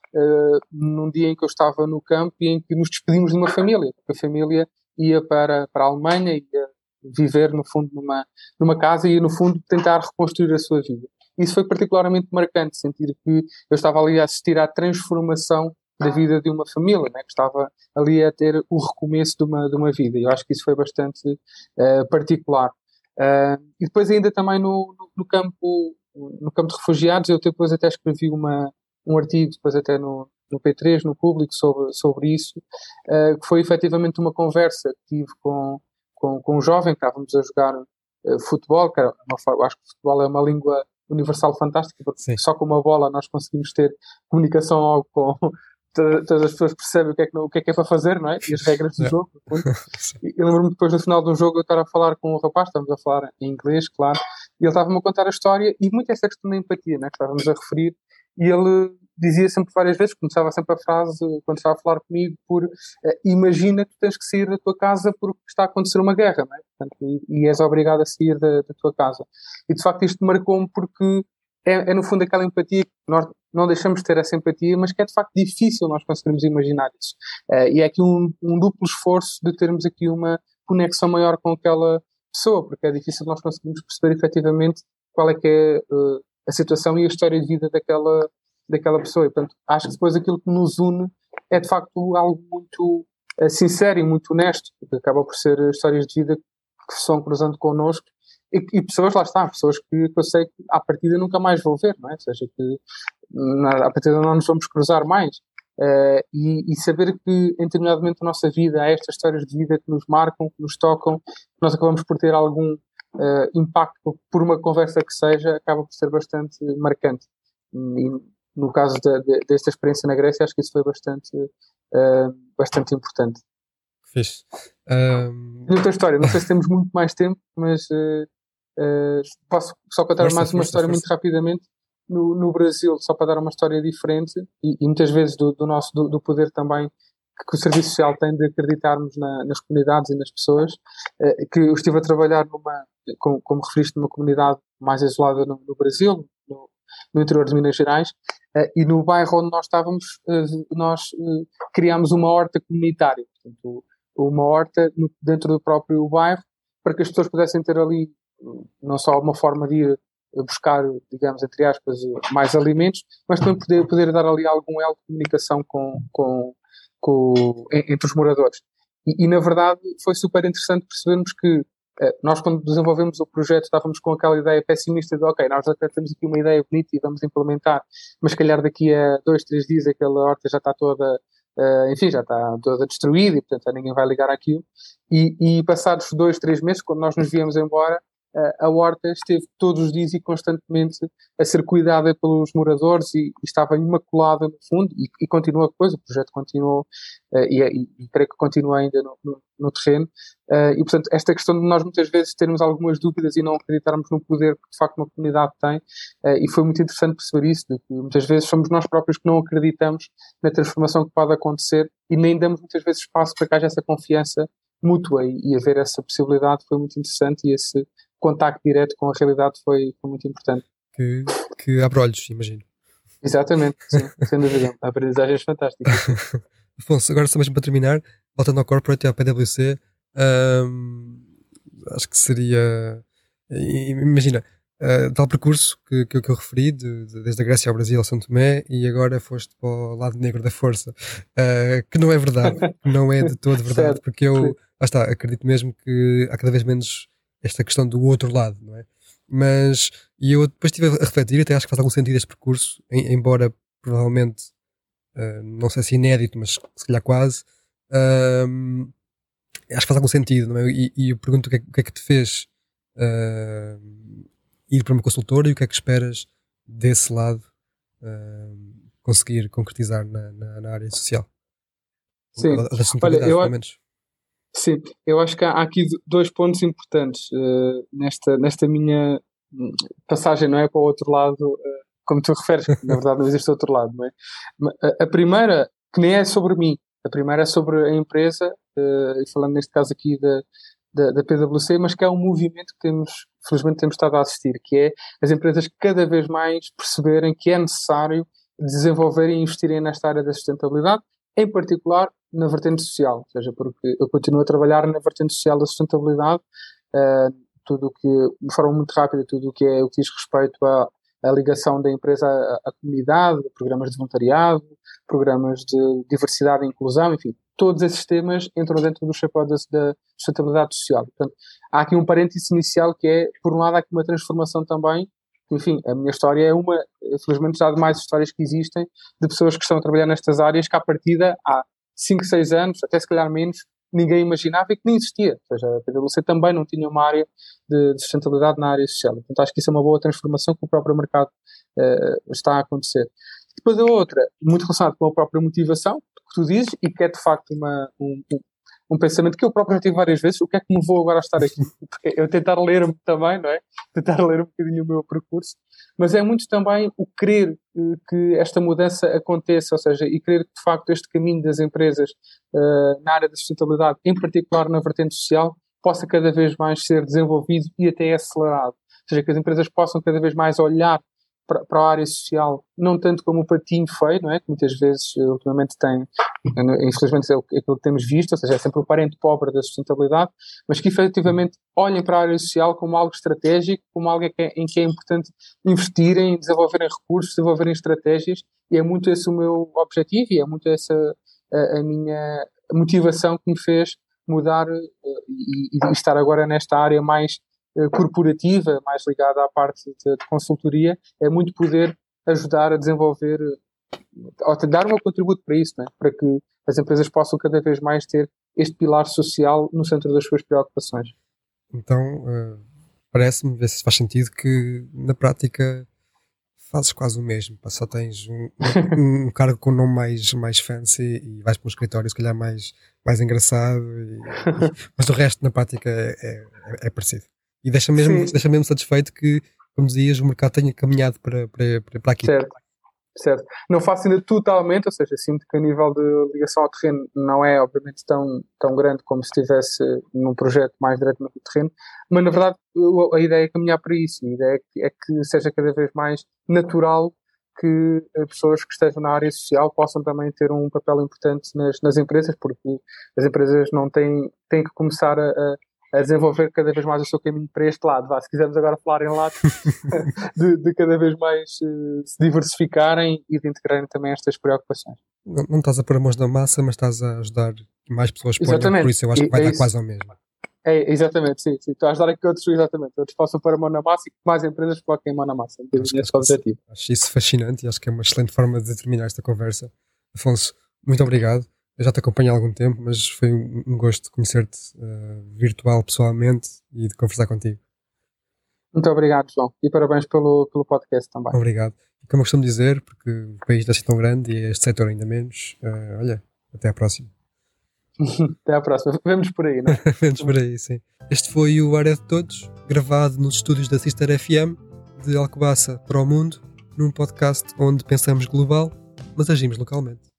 num dia em que eu estava no campo e em que nos despedimos de uma família, porque a família ia para a Alemanha, ia viver, no fundo, numa casa e, no fundo, tentar reconstruir a sua vida. Isso foi particularmente marcante, sentir que eu estava ali a assistir à transformação da vida de uma família, né? Que estava ali a ter o recomeço de uma vida. E eu acho que isso foi bastante particular. E depois ainda também no campo de refugiados, eu depois até escrevi um artigo, depois até no P3, no Público, sobre isso, que foi efetivamente uma conversa que tive com um jovem que estávamos a jogar futebol, que era eu acho que o futebol é uma língua universal fantástica, porque Sim. só com uma bola nós conseguimos ter comunicação com todas as pessoas percebem o que é para fazer, não é? E as regras do jogo. E eu lembro-me depois, no final de um jogo, eu estar a falar com um rapaz, estamos a falar em inglês, claro, e ele estava-me a contar a história, e muito essa questão da empatia, né, que estávamos a referir, e ele dizia sempre várias vezes, começava sempre a frase, quando estava a falar comigo, por imagina que tu tens que sair da tua casa porque está a acontecer uma guerra, não é? Portanto, e és obrigado a sair da tua casa. E de facto isto marcou-me porque é no fundo aquela empatia que nós não deixamos de ter essa empatia, mas que é de facto difícil nós conseguirmos imaginar isso. E é aqui um duplo esforço de termos aqui uma conexão maior com aquela pessoa, porque é difícil nós conseguirmos perceber efetivamente qual é que é a situação e a história de vida daquela pessoa. E, portanto, acho que depois aquilo que nos une é de facto algo muito sincero e muito honesto, porque acaba por ser histórias de vida que se vão cruzando connosco. E pessoas, lá está, pessoas que eu sei que à partida nunca mais vou ver, não é? Ou seja, que à partida não nos vamos cruzar mais. E saber que em determinado momento da nossa vida há estas histórias de vida que nos marcam, que nos tocam, que nós acabamos por ter algum impacto por uma conversa que seja, acaba por ser bastante marcante. E no caso desta experiência na Grécia, acho que isso foi bastante importante. Fixe. E outra história, não sei se temos muito mais tempo, mas posso só contar mais uma história muito rapidamente. No Brasil, só para dar uma história diferente, e muitas vezes do poder também que o Serviço Social tem de acreditarmos nas comunidades e nas pessoas, que eu estive a trabalhar como referiste, numa comunidade mais isolada no Brasil, no interior de Minas Gerais, e no bairro onde nós estávamos, nós criámos uma horta comunitária, portanto, uma horta dentro do próprio bairro, para que as pessoas pudessem ter ali não só uma forma de ir buscar, digamos, entre aspas, mais alimentos, mas também poder dar ali algum elo de comunicação entre os moradores. E na verdade foi super interessante percebermos que nós, quando desenvolvemos o projeto, estávamos com aquela ideia pessimista de ok, nós até temos aqui uma ideia bonita e vamos implementar, mas se calhar daqui a 2, 3 dias aquela horta já está toda enfim, já está toda destruída e portanto ninguém vai ligar àquilo. E passados 2, 3 meses, quando nós nos viemos embora, a horta esteve todos os dias e constantemente a ser cuidada pelos moradores e estava imaculada no fundo e continua depois, o projeto continuou e creio que continua ainda no terreno e portanto esta questão de nós muitas vezes termos algumas dúvidas e não acreditarmos no poder que de facto uma comunidade tem e foi muito interessante perceber isso, de que muitas vezes somos nós próprios que não acreditamos na transformação que pode acontecer e nem damos muitas vezes espaço para que haja essa confiança mútua e haver essa possibilidade foi muito interessante e esse contacto direto com a realidade foi muito importante. Que abre olhos, imagino. Exatamente, sim, sem dúvida. A aprendizagem é fantástica. Afonso, agora só mesmo para terminar, voltando ao corporate e ao PwC, acho que seria, imagina, tal percurso que eu referi, desde a Grécia ao Brasil, ao São Tomé, e agora foste para o lado negro da força, que não é verdade, não é de todo verdade, porque eu, lá está, acredito mesmo que há cada vez menos esta questão do outro lado, não é? Mas, e eu depois estive a refletir, até acho que faz algum sentido este percurso, embora provavelmente, não sei se inédito, mas se calhar quase, acho que faz algum sentido, não é? E eu pergunto o que é que te fez ir para uma consultora e o que é que esperas desse lado conseguir concretizar na área social? Sim, olha, pelo menos. Sim, eu acho que há aqui 2 pontos importantes nesta minha passagem, não é, para o outro lado, como tu referes, que na verdade não existe outro lado, não é? A primeira, que nem é sobre mim, a primeira é sobre a empresa, e falando neste caso aqui da PwC, mas que é um movimento que felizmente temos estado a assistir, que é as empresas cada vez mais perceberem que é necessário desenvolverem e investirem nesta área da sustentabilidade, em particular na vertente social, ou seja, porque eu continuo a trabalhar na vertente social da sustentabilidade, tudo o que, de forma muito rápida, tudo o que diz respeito à ligação da empresa à comunidade, programas de voluntariado, programas de diversidade e inclusão, enfim, todos esses temas entram dentro do chapéu da sustentabilidade social. Portanto, há aqui um parênteses inicial que é, por um lado, há aqui uma transformação também. Enfim, a minha história é felizmente já de mais histórias que existem, de pessoas que estão a trabalhar nestas áreas que à partida, há 5, 6 anos, até se calhar menos, ninguém imaginava e que nem existia. Ou seja, a PwC também não tinha uma área de sustentabilidade na área social. Portanto, acho que isso é uma boa transformação que o próprio mercado está a acontecer. Depois a outra, muito relacionada com a própria motivação, que tu dizes, e que é de facto um pensamento que eu próprio já tive várias vezes, o que é que me vou agora estar aqui? Porque eu tentar ler-me também, não é? Tentar ler um bocadinho o meu percurso, mas é muito também o querer que esta mudança aconteça, ou seja, e querer que de facto este caminho das empresas na área da sustentabilidade, em particular na vertente social, possa cada vez mais ser desenvolvido e até acelerado. Ou seja, que as empresas possam cada vez mais olhar para a área social, não tanto como o patinho feio, não é? Que muitas vezes, ultimamente, infelizmente, é aquilo que temos visto, ou seja, é sempre o parente pobre da sustentabilidade, mas que efetivamente olhem para a área social como algo estratégico, como algo em que é importante investirem, desenvolverem recursos, desenvolverem estratégias, e é muito esse o meu objetivo, e é muito essa a minha motivação que me fez mudar e estar agora nesta área mais corporativa, mais ligada à parte de consultoria, é muito poder ajudar a desenvolver, ou dar um contributo para isso, não é? Para que as empresas possam cada vez mais ter este pilar social no centro das suas preocupações. Então, parece-me, ver se faz sentido, que na prática fazes quase o mesmo, só tens um cargo com um nome mais fancy e vais para um escritório se calhar mais engraçado, mas o resto na prática é parecido. E deixa mesmo satisfeito que, como dizias, o mercado tenha caminhado para aqui. Certo. Não faço ainda totalmente, ou seja, sinto que a nível de ligação ao terreno não é, obviamente, tão grande como se estivesse num projeto mais diretamente do terreno, mas, na verdade, a ideia é caminhar para isso. A ideia é que seja cada vez mais natural que pessoas que estejam na área social possam também ter um papel importante nas empresas, porque as empresas não têm que começar a desenvolver cada vez mais o seu caminho para este lado. Se quisermos agora falar em lado de cada vez mais se diversificarem e de integrarem também estas preocupações. Não estás a pôr a mãos na massa, mas estás a ajudar que mais pessoas ponham, por isso eu acho que vai dar quase ao mesmo. Exatamente, sim. Estou a ajudar a que outros possam pôr a mão na massa e que mais empresas coloquem a mão na massa. Esse objetivo. Acho isso fascinante e acho que é uma excelente forma de terminar esta conversa. Afonso, muito obrigado. Eu já te acompanho há algum tempo, mas foi um gosto conhecer-te virtual, pessoalmente, e de conversar contigo. Muito obrigado, João. E parabéns pelo podcast também. Obrigado. E como eu costumo dizer, porque o país deve ser tão grande e este setor ainda menos, olha, até à próxima. Até à próxima. Vemos por aí, não é? Vemos por aí, sim. Este foi o Área de Todos, gravado nos estúdios da Sister FM, de Alcobaça para o mundo, num podcast onde pensamos global, mas agimos localmente.